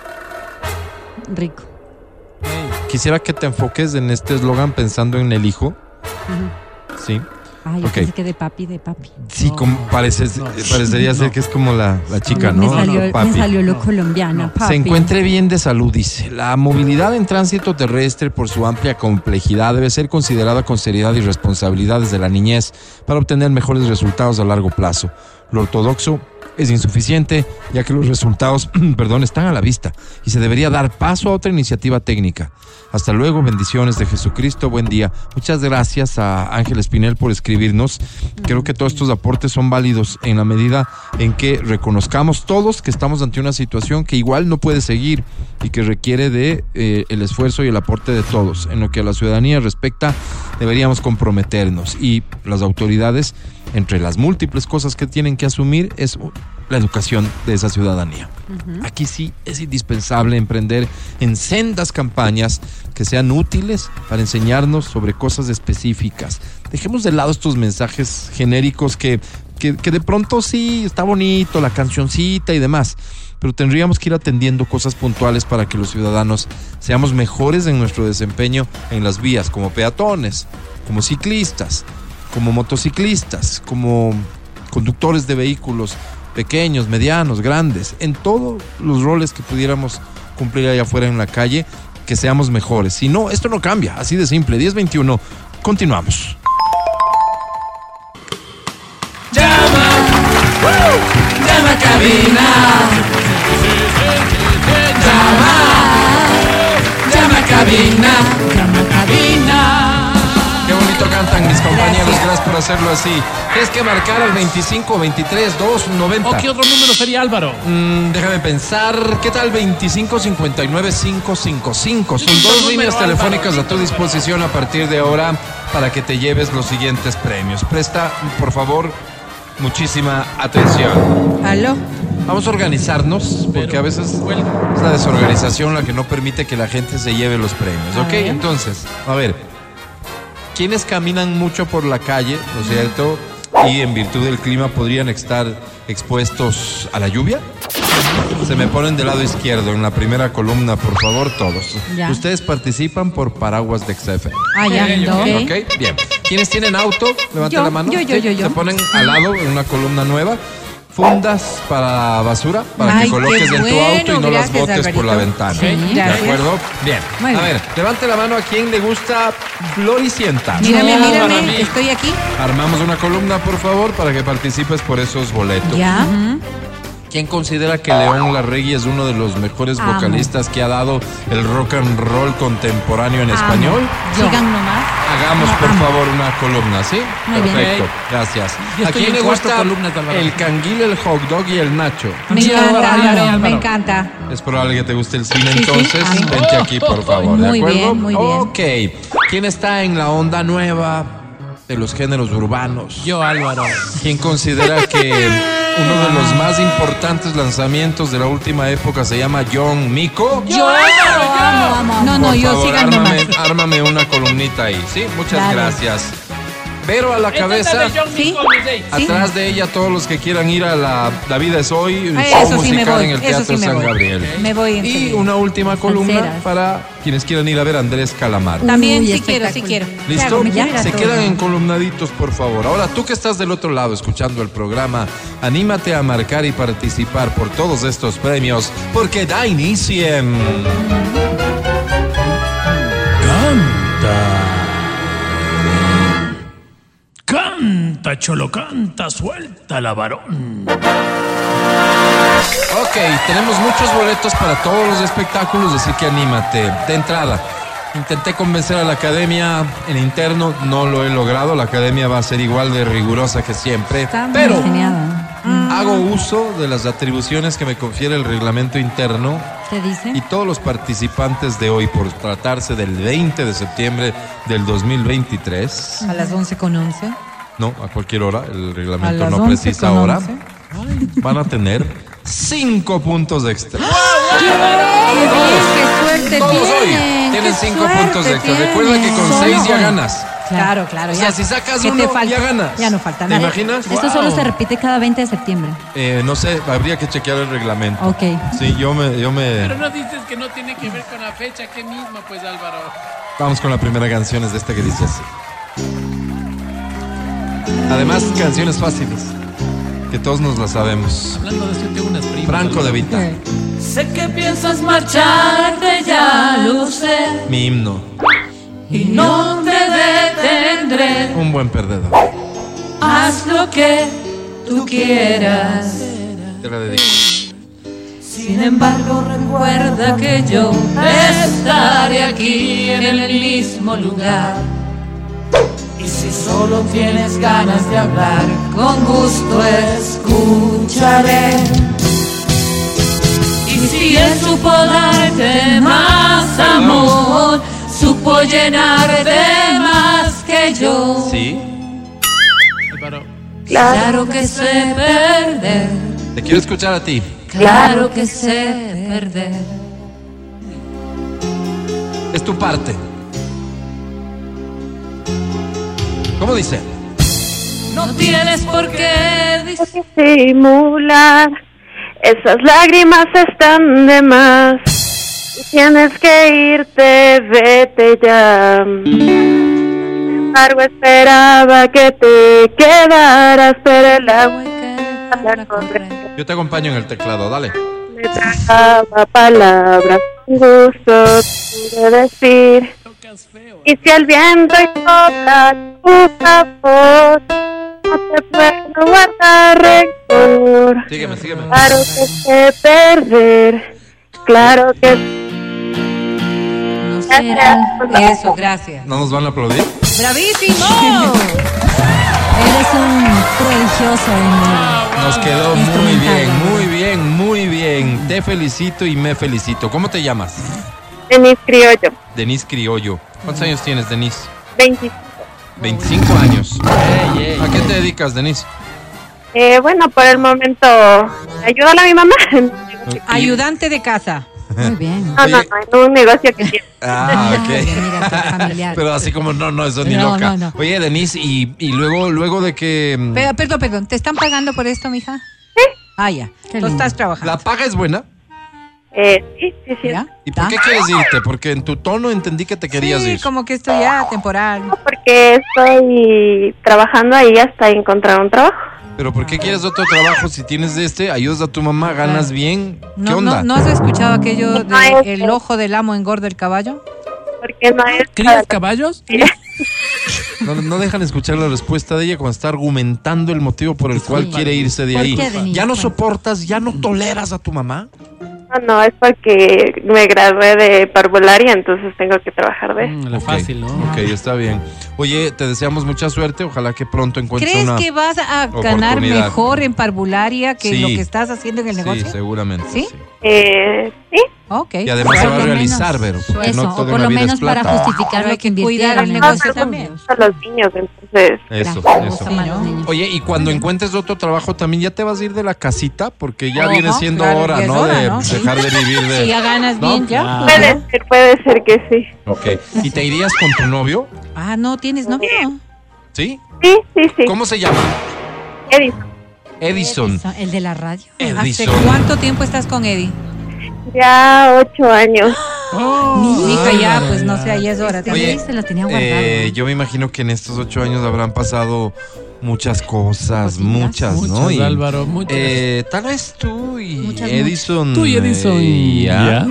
Rico. Quisiera que te enfoques en este eslogan pensando en el hijo. Uh-huh. Sí. Ah, yo okay. pensé que de papi, de papi. Sí, No, como parece, no, parecería no. ser que es como la, la chica, me ¿no? Salió, No, papi. me salió lo colombiano. No. Papi. Se encuentre bien de salud, dice. La movilidad en tránsito terrestre, por su amplia complejidad, debe ser considerada con seriedad y responsabilidad desde la niñez para obtener mejores resultados a largo plazo. Lo ortodoxo es insuficiente, ya que los resultados, perdón, están a la vista y se debería dar paso a otra iniciativa técnica. Hasta luego, bendiciones de Jesucristo, buen día. Muchas gracias a Ángel Espinel por escribirnos. Creo que todos estos aportes son válidos en la medida en que reconozcamos todos que estamos ante una situación que igual no puede seguir y que requiere de eh, el esfuerzo y el aporte de todos. En lo que a la ciudadanía respecta, deberíamos comprometernos y las autoridades, entre las múltiples cosas que tienen que asumir, es la educación de esa ciudadanía. Uh-huh. Aquí sí es indispensable emprender en sendas campañas que sean útiles para enseñarnos sobre cosas específicas. Dejemos de lado estos mensajes genéricos que, que, que de pronto sí está bonito, la cancioncita y demás, pero tendríamos que ir atendiendo cosas puntuales para que los ciudadanos seamos mejores en nuestro desempeño en las vías, como peatones, como ciclistas, como motociclistas, como conductores de vehículos pequeños, medianos, grandes, en todos los roles que pudiéramos cumplir allá afuera en la calle, que seamos mejores. Si no, esto no cambia, así de simple. diez veintiuno, continuamos. Llama, ¡Woo! Llama a cabina. Llama, llama a cabina. Llama a cabina. Qué bonito cantan mis compañeros, gracias, gracias por hacerlo así. Tienes que marcar al veinticinco, veintitrés, dos, noventa. ¿O qué otro número sería, Álvaro? Mm, déjame pensar, ¿qué tal veinticinco, cincuenta y nueve, quinientos cincuenta y cinco? Son dos número, líneas Álvaro, telefónicas a tu disposición a partir de ahora para que te lleves los siguientes premios. Presta, por favor, muchísima atención. ¿Aló? Vamos a organizarnos, porque Pero, a veces bueno. es la desorganización la que no permite que la gente se lleve los premios, A ¿ok? ver. Entonces, a ver, quienes caminan mucho por la calle, ¿no es cierto? Y en virtud del clima podrían estar expuestos a la lluvia. Se me ponen del lado izquierdo, en la primera columna, por favor, todos. Ya. Ustedes participan por paraguas de X F M. Ah, ya, Ok, no. ok. ¿Ok? Bien. ¿Quiénes tienen auto? Levanten Yo, la mano. yo, yo, Sí, yo, yo. Se ponen al lado en una columna nueva. Fundas para basura, para Ay, que coloques qué en tu bueno, auto y no las gracias, botes por la Alvarito. ventana. Sí, ¿De gracias. acuerdo? Bien. Muy A bien. ver, levante la mano a quien le gusta Floricienta. Mírame, No, para mí. mírame, estoy aquí. Armamos una columna, por favor, para que participes por esos boletos. Ya. ¿Quién considera que León Larregui es uno de los mejores Amo. vocalistas que ha dado el rock and roll contemporáneo en español? Sigan nomás. Hagamos, No, por amo. favor, una columna, ¿sí? Muy bien. Perfecto, gracias. Yo ¿A estoy quién en le cuatro gusta columnas, Álvaro. el canguil, el hot dog y el nacho? Me Sí, encanta, Álvaro, Álvaro, Álvaro. me encanta. Es probable que te guste el cine, Sí, sí. entonces Ay. vente aquí, por favor, ¿de Muy acuerdo? bien, muy bien. Ok. ¿Quién está en la onda nueva de los géneros urbanos? Yo, Álvaro. ¿Quién considera que uno de los más importantes lanzamientos de la última época se llama John Mico? Yo, Álvaro, amo, amo, amo. No, no, Por yo favor, sigan nomás. ármame, ármame una columnita ahí, ¿sí? Muchas Dale. gracias. Pero a la cabeza, Sí. atrás de ella, todos los que quieran ir a la La Vida es Hoy, un Ah, show eso sí me musical voy, en el eso Teatro sí me San voy. Gabriel. Me voy Y enseguida. una última columna Salseras. para quienes quieran ir a ver a Andrés Calamaro. También, Uy, si quiero, si quiero. espectacular. ¿Listo? Claro, me quiero ir a Se todo. quedan encolumnaditos, por favor. Ahora, tú que estás del otro lado escuchando el programa, anímate a marcar y participar por todos estos premios, porque da inicio. Canta, cholo, canta, suelta la varón. Ok, tenemos muchos boletos para todos los espectáculos, así que anímate. De entrada, intenté convencer a la academia en interno, no lo he logrado. La academia va a ser igual de rigurosa que siempre. Está muy pero geniada. hago uso de las atribuciones que me confiere el reglamento interno. ¿Qué dice? Y todos los participantes de hoy, por tratarse del veinte de septiembre del dos mil veintitrés, A las once con once. no, a cualquier hora, el A reglamento las no once precisa con hora, once. van a tener cinco puntos extra. ¡Qué suerte Todos hoy tienen! tienen ¡Qué cinco suerte puntos extra. tienen! Recuerda que con Solo seis ya hoy. ganas. Claro, claro. O ya. sea, si sacas ¿Qué te uno, falta? ya ganas. Ya no falta ¿Te nada. imaginas? Esto solo se repite cada veinte de septiembre. Eh, no sé, habría que chequear el reglamento. Ok. Sí, yo me, yo Pero me... no dices que no tiene que ver con la fecha, que misma, pues Álvaro. Vamos con la primera canción, es de esta que dice así. Además, canciones fáciles, que todos nos las sabemos. Hablando de eso, yo tengo unas primas. Franco de Vita, Sé que piensas marcharte, ya lo sé, mi himno. y no te detendré. Un buen perdedor. Haz lo que tú quieras. Te la dedico. Sin embargo, recuerda que yo estaré aquí en el mismo lugar. Y si solo tienes ganas de hablar, con gusto escucharé. Y si él supo darte más amor, supo llenarte más que yo. Sí, Álvaro. Claro que sé perder, te quiero escuchar a ti. claro que sé perder. Es tu parte. ¿Cómo dice? No tienes por qué decir. Simular, esas lágrimas están de más. Si tienes que irte, vete ya. Sin embargo, esperaba que te quedaras, pero el agua la corre. Yo te acompaño en el teclado, dale. Me tragaba palabras, con gusto pude decir. Tocas feo. Y si el viento sopla tu sabor, no te puedo guardar rencor. Sígueme, sígueme. Claro que sé perder, claro que No será. Eso, gracias. ¿No nos van a aplaudir? ¡Bravísimo! Eres un prodigioso en Nos quedó muy Instrumental. bien, muy bien, muy bien. Te felicito y me felicito. ¿Cómo te llamas? Denis Criollo, Denise Criollo. ¿Cuántos años tienes, Denise? veinticinco. veinticinco años. ¿A qué te dedicas, Denise? Eh, bueno, por el momento, ayúdala a mi mamá. Ayudante de casa. Muy bien. No, no, Oye. no, en un negocio que tiene. Ah, ok. Mira, qué familiar. Pero así como no, no, eso ni No, loca. no, no. Oye, Denise, y, y luego, luego de que mm, Pero, perdón, perdón. ¿Te están pagando por esto, mija? Sí. Ah, ya. Qué Tú lindo. estás trabajando. la paga es buena. Eh, sí, sí, sí. ¿Ya? ¿Y por qué quieres irte? Porque en tu tono entendí que te querías Sí, ir. como que esto ya temporal. Porque estoy trabajando ahí hasta encontrar un trabajo. Pero ¿por qué quieres otro trabajo si tienes este? Ayudas a tu mamá, ganas bien. ¿Qué No, onda? no, ¿no has escuchado aquello No, de es el que- ojo del amo engorda el caballo? Porque no es ¿Crías caballos? No, no dejan escuchar la respuesta de ella cuando está argumentando el motivo por el cual quiere irse de ¿Por ahí. qué, Denise? ¿Ya no soportas, ya no toleras a tu mamá? No, no, es porque me gradué de parvularia, entonces tengo que trabajar de eso. Mm, la Ok, fácil, ¿no? Ok, está bien. Oye, te deseamos mucha suerte. Ojalá que pronto encuentres ¿Crees una... que vas a ganar oportunidad. mejor en parvularia que Sí. lo que estás haciendo en el negocio? Sí, seguramente. ¿Sí? Eh, sí, Ok. Y además se Por va a lo realizar, menos, Vero. Porque Eso, no o toda por la lo vida menos es para plata. justificar Pero hay lo que que invirtieron. cuidar el en negocio eso. también. a los niños, entonces. Eso, Claro, eso. gusta más los Sí, ¿no? niños. Oye, y cuando encuentres otro trabajo también ya te vas a ir de la casita porque ya Ajá, viene siendo claro, hora, ya es ¿no? hora, de ¿no? Sí. dejar de vivir de... Si ya ganas ¿No? bien, ya. Ah. Puede ser, puede ser que sí. Ok. ¿Y te irías con tu novio? Ah, no, ¿tienes novio? ¿Sí? Sí, sí, sí. ¿Cómo se llama? Edison, Edison. Edison, el de la radio. ¿Hace Edison. cuánto tiempo estás con Eddie? ya ocho años. Mi hija ya, pues no sé, ya es hora. Este Oye, güey se lo tenía guardado. Eh, yo me imagino que en estos ocho años habrán pasado muchas cosas, Cositas. muchas, ¿no? Muchas, Y, Álvaro, muchas. eh, tal vez tú y Muchas, Edison. Tú y Edison. eh, ya.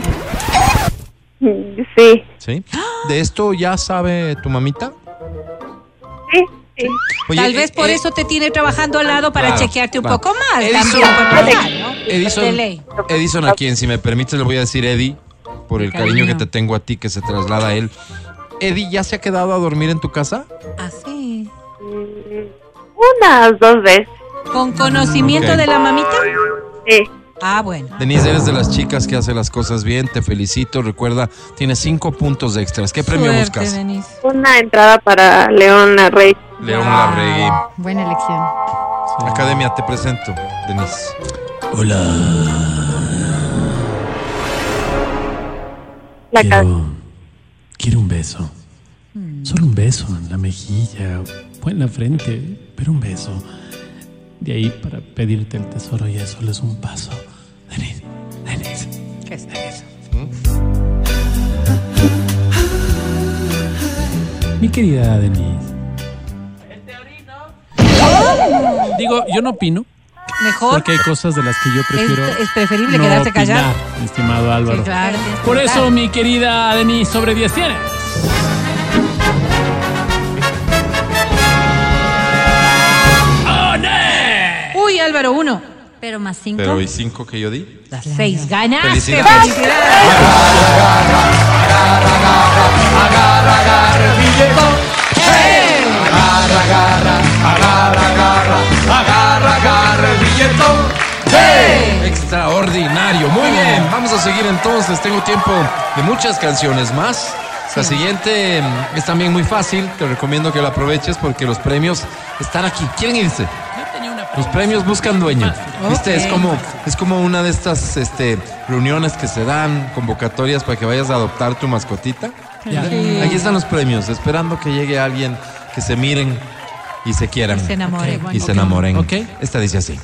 Sí, ¿Sí? ¿De esto ya sabe tu mamita? sí, sí. Oye, Tal vez eh, por eh, eso te tiene trabajando al lado para claro, chequearte un claro. poco más. Edison. También, por normal, ¿no? Edison, De ley. Edison, a quien, si me permites, le voy a decir Eddie, por el cariño que te tengo a ti, que se traslada a él. Eddie, ¿ya se ha quedado a dormir en tu casa? Ah, sí. Unas dos veces. ¿Con conocimiento Ok. de la mamita? Sí. Ah, bueno. Denise, eres de las chicas que hace las cosas bien, te felicito. Recuerda, tienes cinco puntos extras. ¿Qué premio Suerte, buscas? Denise. Una entrada para León Larrey. León Larregui. Buena elección. Academia, te presento, Denise. La casa. Quiero, quiero un beso. Solo un beso en la mejilla o en la frente, pero un beso. De ahí para pedirte el tesoro ya solo es un paso. Denise, Denise. ¿Qué es eso? Mi querida Denise. Digo, yo no opino, Mejor porque hay cosas de las que yo prefiero es, es preferible no quedarse opinar, callado. mi estimado Álvaro. Sí, claro. Por eso, mi querida Denise, sobre diez tienes. Uy, Álvaro, uno. Pero más cinco. Pero ¿y cinco que yo di? Las seis. Ganaste. Felicidades. Felicidades. Extraordinario. Muy bien, vamos a seguir entonces. Tengo tiempo de muchas canciones más. La siguiente mm, es también muy fácil. Te recomiendo que la aproveches porque los premios están aquí. ¿Quieren irse? Los premios buscan dueño. ¿Viste? Es como, es como una de estas este, reuniones que se dan, convocatorias para que vayas a adoptar tu mascotita. Ya. Aquí están los premios, esperando que llegue alguien que se miren y se quieran. Y se enamoren. Y se enamoren. Ok. Esta dice así.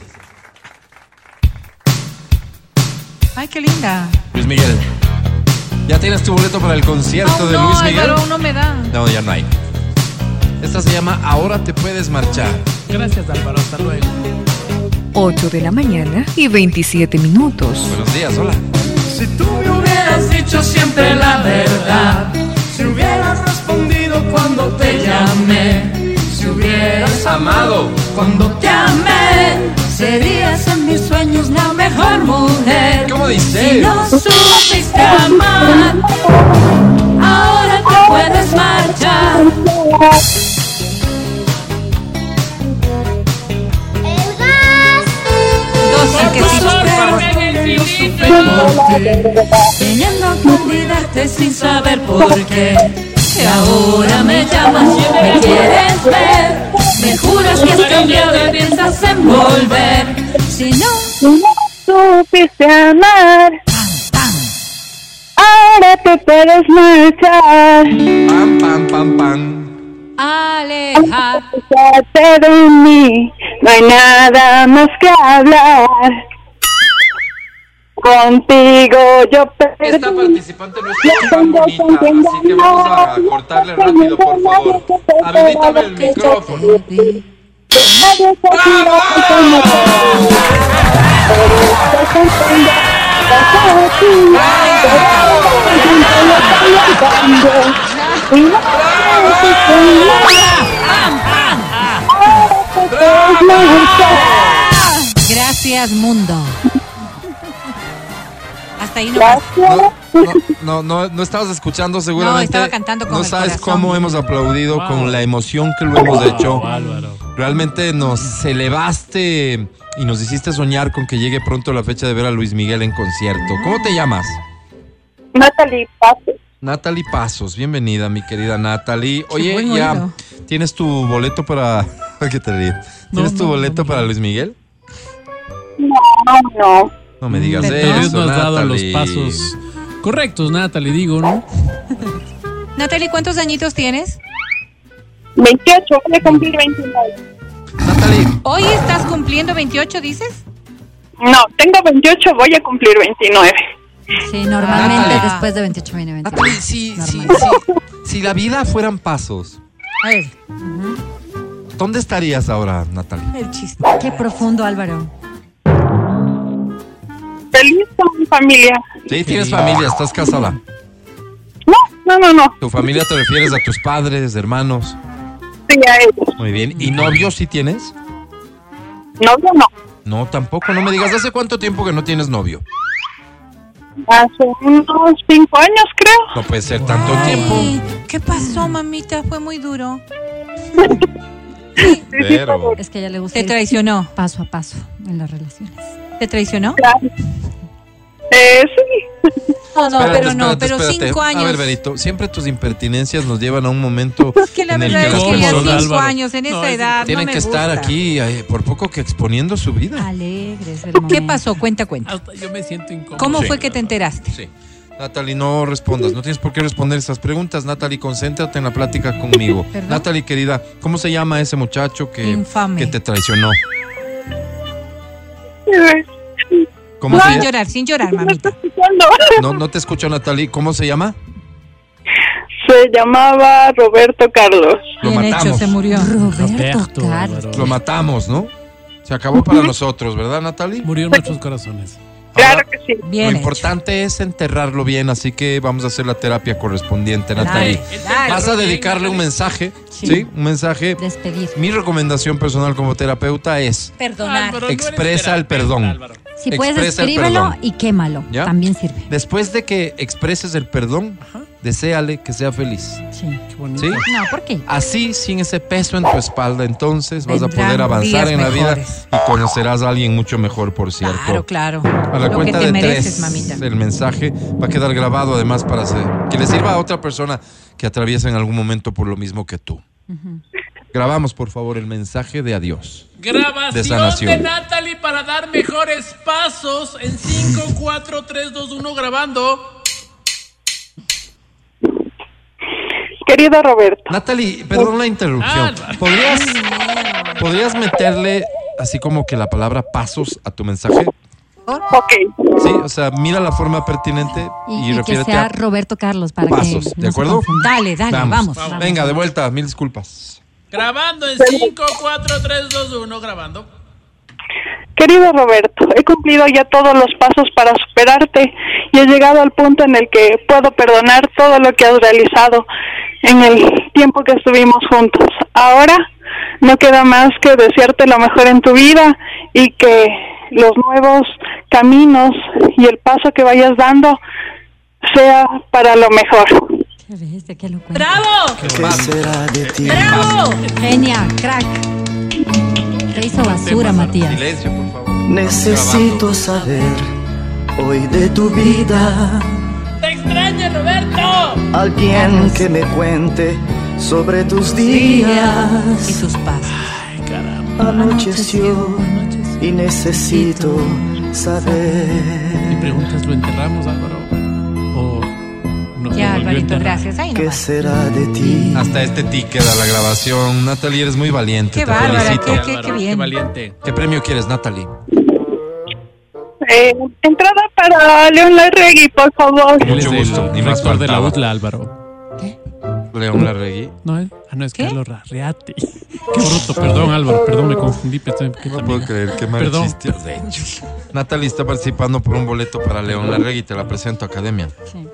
Ay, qué linda. Luis Miguel. ¿Ya tienes tu boleto para el concierto Oh, de no, Luis Miguel? Álvaro, no me da. No, ya no hay. Esta se llama Ahora te puedes marchar. Gracias, Álvaro. Hasta luego. ocho de la mañana y veintisiete minutos. Buenos días, hola. Si tú me hubieras dicho siempre la verdad, si hubieras respondido cuando te llamé, si hubieras amado cuando te amé, Serías en mis sueños la mejor mujer. ¿Cómo dice? Si no supiste amar, ahora te puedes marchar. Dos cinquecitos, por favor. Teniendo que olvidarte sin saber por qué. Y ahora me llamas, me quieres ver. Me juras que has cambiado y piensas en volver. Si no, Si no supiste amar, ahora te puedes marchar. Pam, pam, pam, pam. Aleja. Quédate de mí, no hay nada más que hablar. Contigo yo perdí. Esta participante no es tan bonita, así que vamos a cortarle rápido, por favor. Habilítame el micrófono. Nadie se tira como tú. Pero estoy contenta, porque tú, y no supiste amar. Gracias, mundo. Hasta ahí nomás. No, no, no, no estabas escuchando seguramente. No, estaba cantando con No el sabes corazón. cómo hemos aplaudido Wow. con la emoción que lo hemos hecho. Álvaro. Realmente nos elevaste y nos hiciste soñar con que llegue pronto la fecha de ver a Luis Miguel en concierto. ¿Cómo te llamas? Natalie Pasos. Natalie Pasos, bienvenida mi querida Natalie. Oye, buen ya oído. tienes tu boleto para... ¿Qué te ríes? ¿Tienes No, tu no, boleto no, para no. Luis Miguel? No, no. No me digas Pero Dios eso, nos ha dado los Natalie. pasos correctos, Natalie, digo, ¿no? Natalie, ¿cuántos añitos tienes? veintiocho, voy a cumplir veintinueve. Natalie, Hoy estás cumpliendo veintiocho, ¿dices? No, tengo veintiocho, voy a cumplir veintinueve. Sí, normalmente Natalie. después de veintiocho viene Natalie, veintinueve. si, si, Normal. si, si la vida fueran pasos, A ver, ¿dónde estarías ahora, Natalie? el chiste. Qué profundo, Álvaro. Feliz con mi familia. Sí, tienes familia, estás casada. No, no, no, no. ¿Tu familia te refieres a tus padres, hermanos? Sí, a ellos. Muy bien. ¿Y novio sí tienes? Novio no. No, tampoco, no me digas. ¿Hace cuánto tiempo que no tienes novio? Hace unos cinco años, creo. No puede ser tanto Ay, tiempo. ¿Qué pasó, mamita? Fue muy duro. Pero... Es que a ella le gusta Te ir traicionó. paso a paso en las relaciones. ¿Te traicionó? Claro. Eh, sí. No, no, Espérate, pero no, espérate, pero espérate. cinco años. A ver, Berito, siempre tus impertinencias nos llevan a un momento Es que la en el verdad que es las que ya personas cinco años en esa edad tienen no me que estar gusta. aquí, eh, por poco que exponiendo su vida. Alegres. el ¿Qué momento. pasó? Cuenta, cuenta. Hasta yo me siento incómodo. ¿Cómo Sí. fue que te enteraste? Sí. Natalie, no respondas, no tienes por qué responder esas preguntas. Natalie, concéntrate en la plática conmigo. ¿Perdón? Natalie, querida, ¿cómo se llama ese muchacho que, Infame. que te traicionó? Eh, ¿Cómo Sin se llama? llorar, sin llorar, mamita. escuchando. No, no te escucho, Natalie. ¿Cómo se llama? Se llamaba Roberto Carlos. Lo Bien hecho, matamos. se murió. Roberto, Roberto, Carlos. Álvaro. Lo matamos, ¿no? Se acabó para nosotros, ¿verdad, Natalie? Murió en nuestros corazones. Claro Ahora, que sí. Bien lo hecho. importante es enterrarlo bien, así que vamos a hacer la terapia correspondiente, Natalie. Dale. Vas a dedicarle un mensaje, ¿sí? Sí. Un mensaje. Despedir. Mi recomendación personal como terapeuta es Perdonar. Álvaro, no eres expresa el terapeuta, perdón. Álvaro. Si puedes, Expresa el escríbelo perdón. y quémalo. ¿Ya? También sirve. Después de que expreses el perdón, deséale que sea feliz. Sí. Qué bonito. ¿Sí? No, ¿por qué? Así, sin ese peso en tu espalda, entonces vas a Vendrán poder avanzar días en la vida mejores. y conocerás a alguien mucho mejor, por cierto. Claro, claro. A la Lo cuenta que te de mereces, tres, mamita. el mensaje va a quedar grabado además para hacer- que le sirva a otra persona que atraviesa en algún momento por lo mismo que tú. Grabamos, por favor, el mensaje de adiós. Grabación De de, sanación. Natalie para dar mejores pasos en cinco, cuatro, tres, dos, uno, grabando. Querido Roberto, Natalie, perdón la interrupción. Álvaro. ¿Podrías, ¿Podrías meterle así como que la palabra pasos a tu mensaje? ok. Sí, o sea, mira la forma pertinente y, Y, y que refiérete sea a Roberto Carlos para pasos, que ¿de no se acuerdo? confunda. Dale, dale, vamos. Vamos. Venga, de vuelta, mil disculpas. Grabando en cinco, cuatro, tres, dos, uno, grabando. Querido Roberto, he cumplido ya todos los pasos para superarte y he llegado al punto en el que puedo perdonar todo lo que has realizado en el tiempo que estuvimos juntos. Ahora no queda más que desearte lo mejor en tu vida y que los nuevos caminos y el paso que vayas dando sea para lo mejor. Qué bestia, qué lo cuenta. ¡Bravo! ¿Qué será de ti? ¡Bravo! Genia, crack. Te hizo basura, Matías. Silencio, por favor. Necesito saber hoy de tu vida. ¡Te extraña, Roberto! Alguien que me cuente sobre tus días. Y sus pasos. Ay, caramba. Anocheció y necesito Y saber preguntas, ¿lo enterramos, Álvaro? ¿O no se Ya, volvió a Alvarito, enterrar? gracias. Ahí qué nomás. será de ti. Hasta este ti queda la grabación. Natalie, eres muy valiente. Qué te bárbara, felicito. qué- Sí, qué Álvaro, bien. Qué valiente. ¿Qué premio quieres, Natalie? Eh, entrada para León Larregui, por favor. Con Él es mucho el gusto, ni más rector de la faltaba. U T L A, Álvaro. León Larregui. No, él- ah, no, es ¿Qué? Carlos Larreati. Qué bruto, perdón, Álvaro, perdón, me confundí. Pensé que No también- puedo creer, qué mal Perdón. chiste has hecho. Natalie está participando por un boleto para León Larregui. Te la presento, Academia. Sí.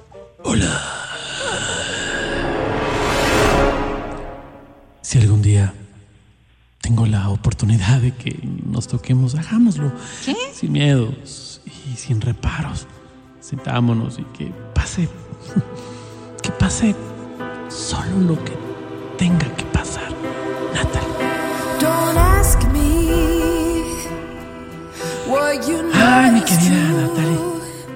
Si algún día tengo la oportunidad de que nos toquemos, hagámoslo. ¿Qué? Sin miedos y sin reparos. Sentámonos y que pase, que pase solo lo que tenga que pasar. Natalie. Ay, mi querida Natalie.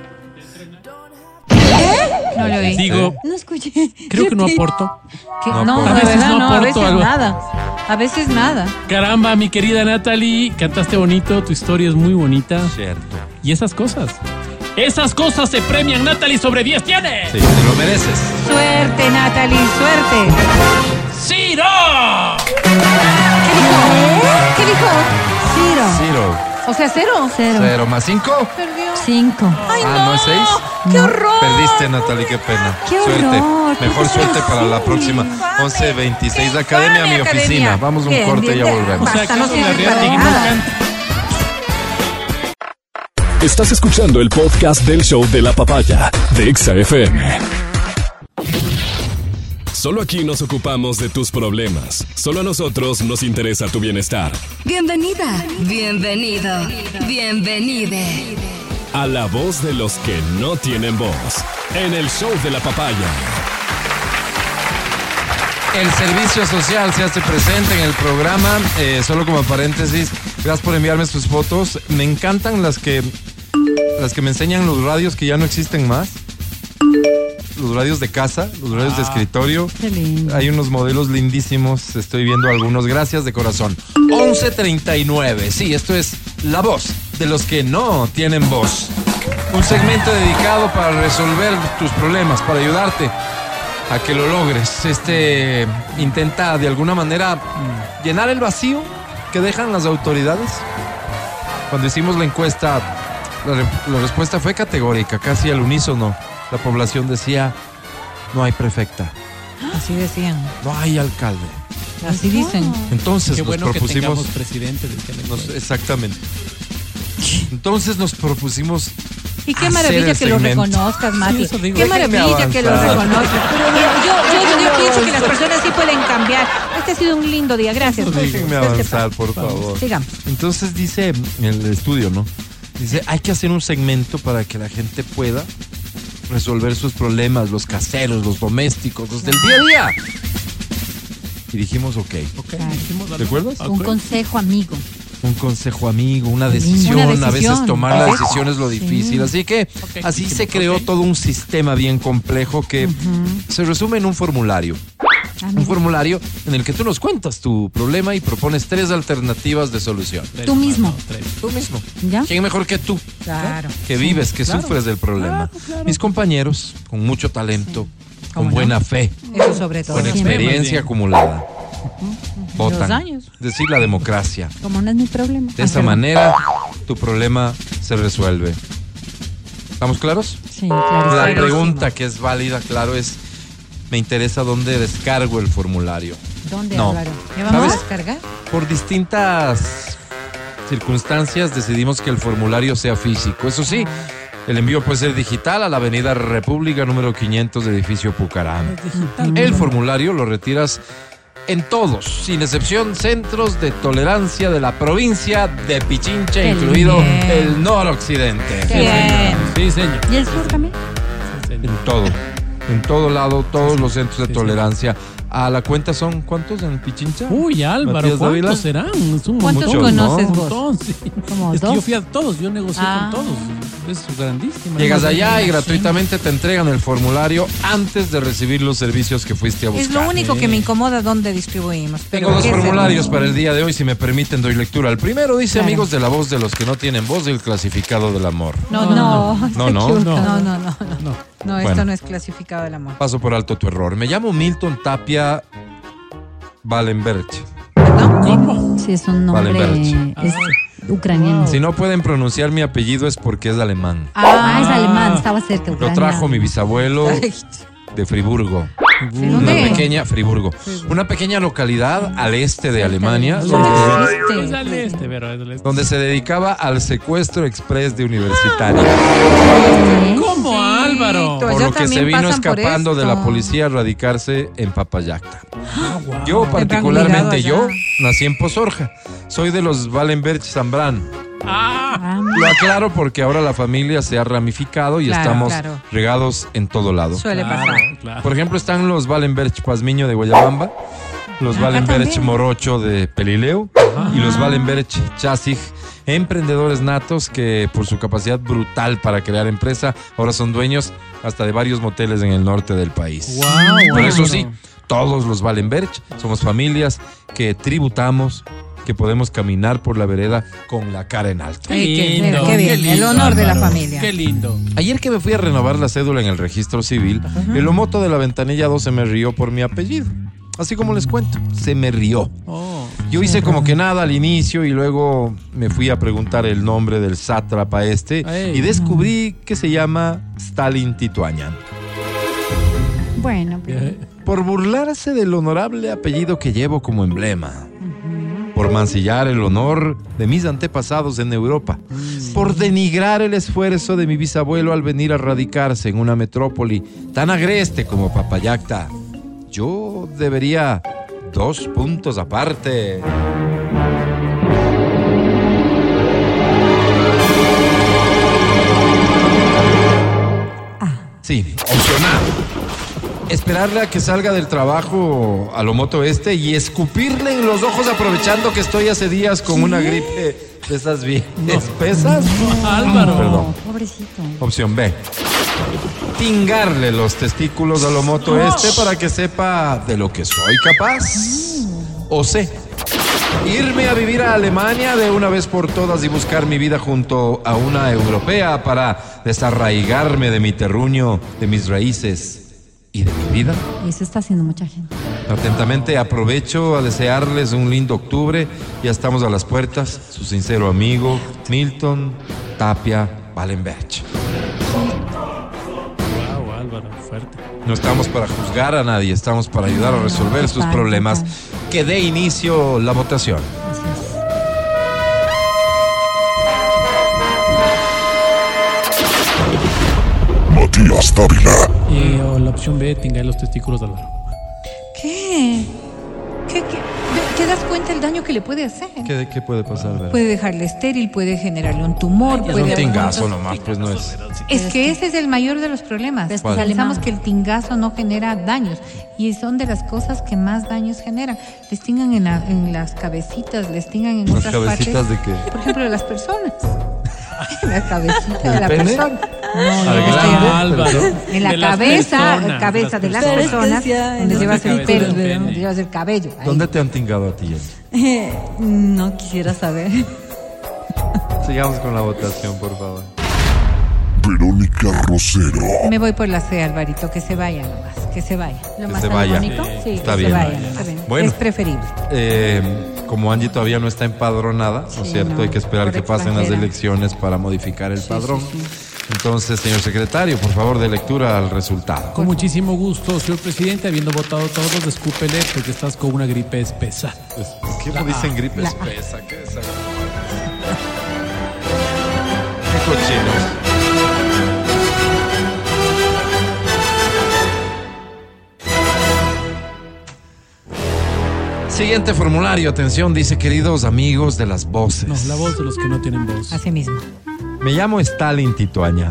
No lo oí. Digo, No escuché. creo que no Yo te- aporto. ¿Qué? No, No, por- de A veces verdad, no no, a aporto veces algo. nada. A veces nada. Caramba, mi querida Natalie, cantaste bonito, tu historia es muy bonita. Cierto. Y esas cosas, esas cosas se premian. Natalie sobre diez tiene. Sí, te lo mereces. Suerte, Natalie, suerte. ¡Ciro! ¿Qué dijo? ¿Qué dijo? Ciro. Ciro. O sea, cero. Cero. Cero más cinco. Perdió. Cinco. Ay, Ah, no. ¿no es seis? ¡Qué horror! Perdiste, Natalie, qué pena. ¡Qué Suerte. horror! ¿Por Mejor qué suerte son para la así? próxima. Infame. once veintiséis, ¡Qué Academia, mi infame, oficina. Academia! Vamos a un Bien, corte y bien, ya bien. volvemos. O sea, Basta, no Carlos sirve Larreati para no nada. canta. Estás escuchando el podcast del show de la papaya de Exa F M. Solo aquí nos ocupamos de tus problemas. Solo a nosotros nos interesa tu bienestar. Bienvenida, bienvenido, bienvenide. A la voz de los que no tienen voz. En el show de la papaya. El servicio social se hace presente en el programa. Eh, solo como paréntesis, gracias por enviarme sus fotos. Me encantan las que, las que me enseñan los radios que ya no existen más. Los radios de casa, los radios ah, de escritorio. Qué lindo. Hay unos modelos lindísimos, estoy viendo algunos. Gracias de corazón. once treinta y nueve. Sí, esto es La Voz de los que no tienen voz. Un segmento dedicado para resolver tus problemas, para ayudarte a que lo logres. Este intenta de alguna manera llenar el vacío que dejan las autoridades. Cuando hicimos la encuesta, la, la respuesta fue categórica, casi al unísono. La población decía, no hay prefecta. Así decían. No hay alcalde. Así dicen. Entonces Qué nos bueno que propusimos... tengamos presidente. Nos, exactamente. Entonces nos propusimos... Y qué maravilla que lo reconozcas, Mati. Sí, digo, qué maravilla que lo reconozcas. Pero yo, yo, yo, yo pienso que las personas sí pueden cambiar. Este ha sido un lindo día. Gracias. Déjenme avanzar, por favor. Sigamos. Entonces dice el estudio, ¿no? Dice, hay que hacer un segmento para que la gente pueda resolver sus problemas, los caseros, los domésticos, los del día a día. Y dijimos, ok. Okay. ¿Te acuerdas? Un consejo amigo. Un consejo amigo, una decisión, una decisión. a veces tomar la decisión es lo difícil. Así que Okay. así se creó todo un sistema bien complejo que uh-huh. se resume en un formulario. Ah, un formulario en el que tú nos cuentas tu problema y propones tres alternativas de solución. Tres, Tú mismo. no, tres. Tú mismo. ¿Ya? ¿Quién mejor que tú? Claro. Que vives, que claro. sufres del problema. Claro, claro. Mis compañeros, con mucho talento, con ¿Cómo buena no? fe, Eso sobre todo. con Siempre. experiencia Bien. acumulada. Votan. Dos años. Es decir, la democracia. Como no es mi problema. De esa manera, tu problema se resuelve. ¿Estamos claros? Sí, claro. La Clarísimo. pregunta que es válida, claro, es: me interesa dónde descargo el formulario. ¿Dónde, No. Álvaro? ¿Ya vamos ¿Sabes? a descargar? Por distintas circunstancias decidimos que el formulario sea físico. Eso sí, el envío puede ser digital a la Avenida República número quinientos de edificio Pucarán. El formulario lo retiras en todos, sin excepción, centros de tolerancia de la provincia de Pichincha, Qué incluido bien. el noroccidente. Qué bien. Sí, señor. ¿Y el sur también? Sí, señor. En todo, en todo lado, todos los centros de sí, sí. tolerancia. A la cuenta son, ¿cuántos en Pichincha? Uy, Álvaro, Matías Dávila. ¿cuántos serán? Es un ¿Cuántos montón, conoces ¿no? vos? Un montón, sí. Como Es que dos. yo fui a todos, yo negocié Ah. con todos. Es grandísimo. Llegas No, allá y sí. gratuitamente te entregan el formulario antes de recibir los servicios que fuiste a buscar. Es lo único que me incomoda dónde distribuimos. Pero Tengo dos ¿qué es el- formularios para el día de hoy, si me permiten doy lectura. El primero dice, Claro. amigos de la voz de los que no tienen voz, el clasificado del amor. No, no, no. No, no. No, No. no, no, no. No. No, esto Bueno. no es clasificado del amor. Paso por alto tu error. Me llamo Milton Tapia Wallenberg. ¿Cómo? Sí, es un nombre Wallenberg. es ucraniano. Si no pueden pronunciar mi apellido es porque es alemán. Ah, es alemán, estaba cerca. Lo Ucrania. trajo mi bisabuelo Ay, de Friburgo. ¿de Una dónde? pequeña, Friburgo. Una pequeña localidad al este de Alemania Es donde, al este, pero es al este. donde se dedicaba al secuestro express de universitarios. ¿Eh? ¿Cómo, Sí, Álvaro? tú- Por allá lo que se también vino pasan por escapando de la esto. policía a radicarse en Papayacta. Ah, wow. Yo particularmente, ligado yo allá. nací en Pozorja. Soy de los Wallenberg Zambrán. Ah, Ah, Lo aclaro porque ahora la familia se ha ramificado y Claro, estamos claro. regados en todo lado. Suele claro, pasar. claro. Por ejemplo, están los Wallenberg Pazmiño de Guayabamba, los Acá Wallenberg también. Morocho de Pelileo y los Wallenberg Chasig, emprendedores natos que por su capacidad brutal para crear empresa ahora son dueños hasta de varios moteles en el norte del país. Wow, Pero eso Álvaro. sí, todos los Wallenberg somos familias que tributamos, que podemos caminar por la vereda con la cara en alto. Ay, qué- lindo, qué bien, el lindo, honor de la Álvaro. familia. Qué lindo. Ayer que me fui a renovar la cédula en el registro civil, el omoto de la ventanilla dos se me rió por mi apellido. Así como les cuento, se me rió. Oh. Yo hice como que nada al inicio y luego me fui a preguntar el nombre del sátrapa este Ey. y descubrí que se llama Stalin Tituañan. bueno, pero- Eh, Por burlarse del honorable apellido que llevo como emblema. Por mancillar el honor de mis antepasados en Europa. Por denigrar el esfuerzo de mi bisabuelo al venir a radicarse en una metrópoli tan agreste como Papayacta. yo debería dos puntos aparte. Sí, opción A. Esperarle a que salga del trabajo a lo moto este y escupirle en los ojos aprovechando que estoy hace días con una gripe de esas bien espesas. No, Álvaro. Perdón. Pobrecito. Opción B. Tingarle los testículos a lo moto este para que sepa de lo que soy capaz. O C. Irme a vivir a Alemania de una vez por todas y buscar mi vida junto a una europea para desarraigarme de mi terruño, de mis raíces y de mi vida. Eso está haciendo mucha gente. Atentamente aprovecho a desearles un lindo octubre. Ya estamos a las puertas. Su sincero amigo, Milton Tapia Wallenberg. Wow, Álvaro, fuerte. No estamos para juzgar a nadie, estamos para ayudar a resolver sus problemas. Que dé inicio la votación. Matías Dávila. Y o la opción B, tingar los testículos de Álvaro. ¿Qué? ¿Qué, qué? ¿Te das cuenta el daño que le puede hacer? ¿Qué, qué puede pasar, Vera? Puede dejarle estéril, puede generarle un tumor. Es puede un tingazo nomás, pues no es. Es que ese es el mayor de los problemas. ¿Cuál? Pensamos que el tingazo no genera daños y son de las cosas que más daños generan. Les tingan en, la- en las cabecitas, les tingan en ¿Las otras cabecitas partes. de qué? Por ejemplo, de las personas. En la cabecita de ¿El la pene? persona. No, no, Al estoy grande, hablando- Álvaro. En la De las cabeza, personas, cabeza de las de las personas, personas. donde No, llevas de el cabeza pelo, del pene. donde llevas el cabello. Ahí. ¿Dónde te han tingado a ti, Jenny? Eh, no quisiera saber. Sigamos con la votación, por favor. Verónica Rosero. Me voy por la C, Alvarito, que se vaya nomás, que se vaya. Lo Que más se vaya. bonito. Sí, Está que bien. se vaya Está nomás. bien. Bueno. Es preferible. Eh, como Angie todavía no está empadronada, ¿no es Sí, cierto? no, Hay que esperar por que pasen las extranjera. elecciones para modificar el Sí, padrón. sí, sí. Entonces, señor secretario, por favor, de lectura al resultado. Con muchísimo gusto, señor presidente, habiendo votado todos, escúpele porque estás con una gripe espesa. ¿Qué La me dicen A. gripe La A. espesa? ¿Qué es eso? Qué cochinos. Siguiente formulario, atención, dice: queridos amigos de las voces. No, la voz de los que no tienen voz. Así mismo. Me llamo Stalin Titoaña.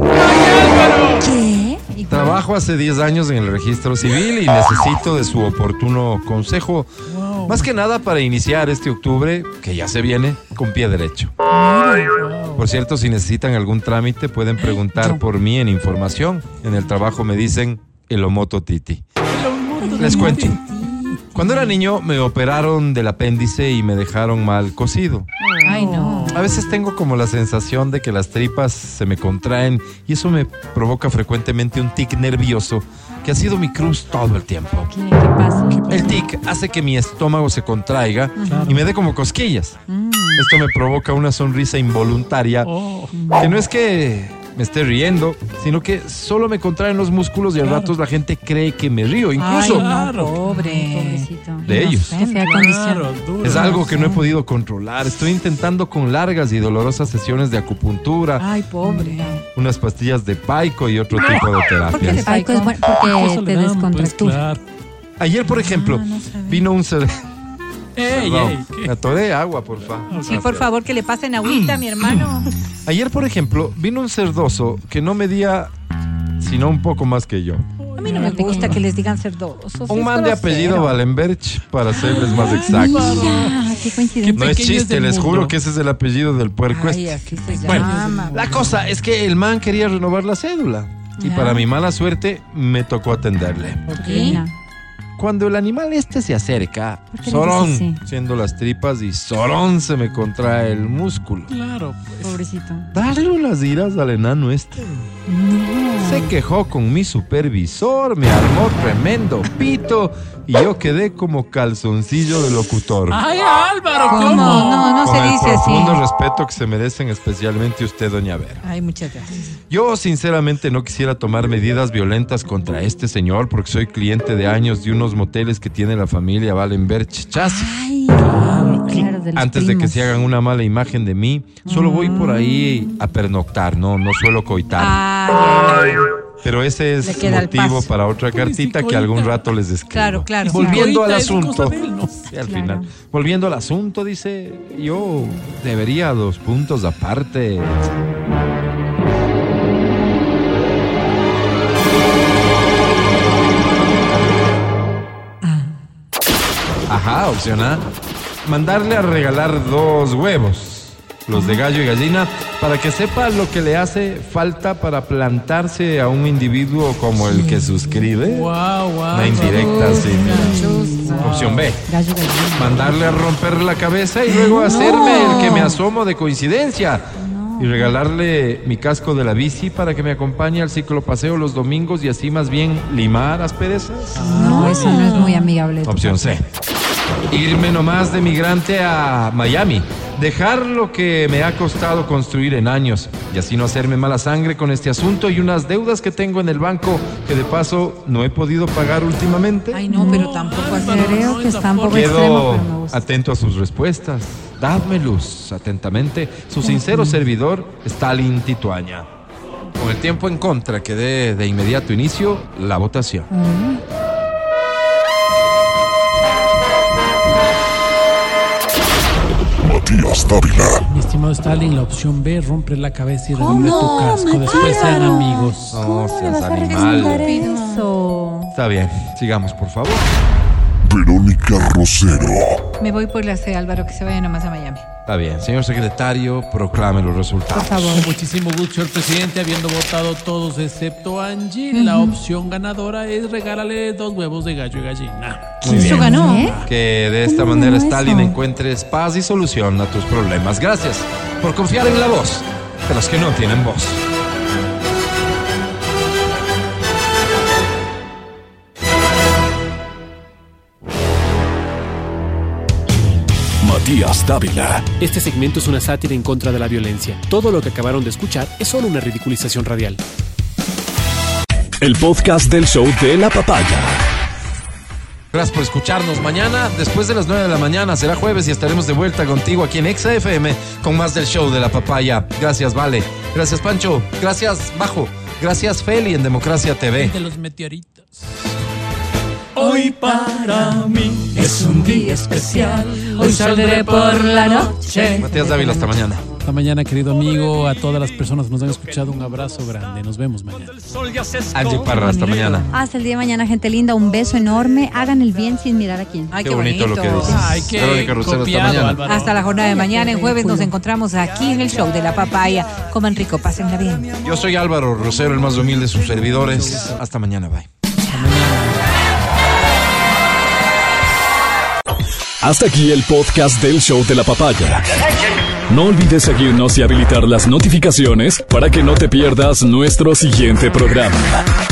¿Qué? ¿Y cuál? Trabajo hace diez años en el registro civil y necesito de su oportuno consejo. Wow. Más que nada para iniciar este octubre, que ya se viene, con pie derecho. Wow. Por cierto, si necesitan algún trámite, pueden preguntar por mí en información. En el trabajo me dicen el Omoto Titi. Les cuento. Cuando era niño me operaron del apéndice y me dejaron mal cocido. Ay, no. A veces tengo como la sensación de que las tripas se me contraen y eso me provoca frecuentemente un tic nervioso que ha sido mi cruz todo el tiempo. ¿Qué, qué pasa? El tic hace que mi estómago se contraiga Claro. y me dé como cosquillas. Mm. Esto me provoca una sonrisa involuntaria Oh, que no es que me esté riendo, sino que solo me contraen los músculos y al Claro. ratos la gente cree que me río. Incluso Ay, no, Claro. pobre. Pobrecito. de ellos. Qué fea condición. claro, duro. Es algo que no he podido controlar. Estoy intentando con largas y dolorosas sesiones de acupuntura, Ay, pobre. unas pastillas de paico y otro tipo de ¿Por qué terapias. de Paico es bueno Eso porque le te dan, pues, descontractura. claro. Ayer, por ejemplo, Ah, no sabía. vino un cer- Ey, Perdón, ey, ¿qué? me atoré agua, por favor. Sí, por favor, que le pasen agüita a mi hermano. Ayer, por ejemplo, vino un cerdoso que no medía sino un poco más que yo. A mí no me gusta que les digan cerdosos. Un es man de grosero. apellido Wallenberg, para serles más exactos. Ah, qué coincidencia. No es pequeño es chiste, el les mundo. juro que ese es el apellido del puerco Ay, este. así se Bueno, llama. la cosa es que el man quería renovar la cédula. Y Ya. para mi mala suerte, me tocó atenderle. ¿Y? Cuando el animal este se acerca, ¿Por qué le sorón, dices así? siendo las tripas y sorón se me contrae el músculo. Claro, pues. Pobrecito. Darle unas iras al enano este. Se quejó con mi supervisor, me armó tremendo pito y yo quedé como calzoncillo de locutor. ¡Ay, Álvaro! ¿Cómo? ¿Cómo? No, no Con se el dice así. profundo respeto que se merecen, especialmente usted, doña Vera. Ay, muchas gracias. Yo sinceramente no quisiera tomar medidas violentas contra este señor porque soy cliente de años de unos moteles que tiene la familia Wallenberg Chassi. Ay, claro, de los Antes de que primos. se hagan una mala imagen de mí, solo voy por ahí a pernoctar, no, no suelo coitar. Ay, ay, ay. Pero ese Le es queda el motivo paso. para otra cartita que algún rato les escribo. Claro, claro. Y volviendo al Coita es asunto, cosa de él, ¿no? sí, al Claro. final, volviendo al asunto, dice, yo debería dos puntos aparte. Ajá, opción A. Mandarle a regalar dos huevos, los de gallo y gallina, para que sepa lo que le hace falta para plantarse a un individuo como el que suscribe. Wow, wow. Una indirecta, sí. mira. Opción B. Gallo, gallina. Mandarle a romper la cabeza y luego hacerme el que me asomo de coincidencia. Y regalarle mi casco de la bici para que me acompañe al ciclopaseo los domingos y así más bien limar asperezas. No, eso no es muy amigable. de tu Opción C. Irme nomás de migrante a Miami. Dejar lo que me ha costado construir en años y así no hacerme mala sangre con este asunto y unas deudas que tengo en el banco que de paso no he podido pagar últimamente. Ay, no, pero tampoco así. Creo que está un poco extremo, Quedo pero me gusta. atento a sus respuestas. Dadme luz, atentamente, su sincero servidor, Stalin Tituaña. Con el tiempo en contra, que dé de inmediato inicio la votación. Matías Dávila. Mi estimado Stalin, la opción B, rompe la cabeza y ¿Cómo? regale tu casco. Después sean amigos. No ¿Cómo le seas vas a recomendar animal. eso? Está bien, sigamos por favor. Verónica Rosero. Me voy por la C, Álvaro, que se vaya nomás a Miami. Está bien, señor secretario, proclame los resultados. Por favor. Con muchísimo gusto, señor presidente, habiendo votado todos excepto Angie, la opción ganadora es regálale dos huevos de gallo y gallina. Muy Eso bien. ganó. ¿Eh? Que de esta ¿Cómo manera, ganó Stalin, eso? encuentres paz y solución a tus problemas. Gracias por confiar en la voz de los que no tienen voz. Matías Dávila. Este segmento es una sátira en contra de la violencia. Todo lo que acabaron de escuchar es solo una ridiculización radial. El podcast del show de la papaya. Gracias por escucharnos. Mañana, después de las nueve de la mañana, será jueves y estaremos de vuelta contigo aquí en Exa F M con más del show de la papaya. Gracias, Vale. Gracias, Pancho. Gracias, Bajo. Gracias, Feli en Democracia T V. De los meteoritos. Hoy para mí es un día especial. Hoy saldré por la noche. Matías Dávila, hasta mañana. Hasta mañana, querido amigo. A todas las personas que nos han escuchado, un abrazo grande. Nos vemos mañana. Angie Parra, hasta mañana. Hasta el día de mañana, gente linda. Un beso enorme. Hagan el bien sin mirar a quién. Ay, Qué qué, bonito lo que dices. Ay, qué Verónica Rosero, hasta copiado, mañana. Álvaro. Hasta la jornada de mañana. En jueves nos Culo. encontramos aquí en el show de la papaya. Coman rico, pásenla bien. Yo soy Álvaro Rosero, el más humilde de sus servidores. Hasta mañana, bye. Hasta aquí el podcast del show de la papaya. No olvides seguirnos y habilitar las notificaciones para que no te pierdas nuestro siguiente programa.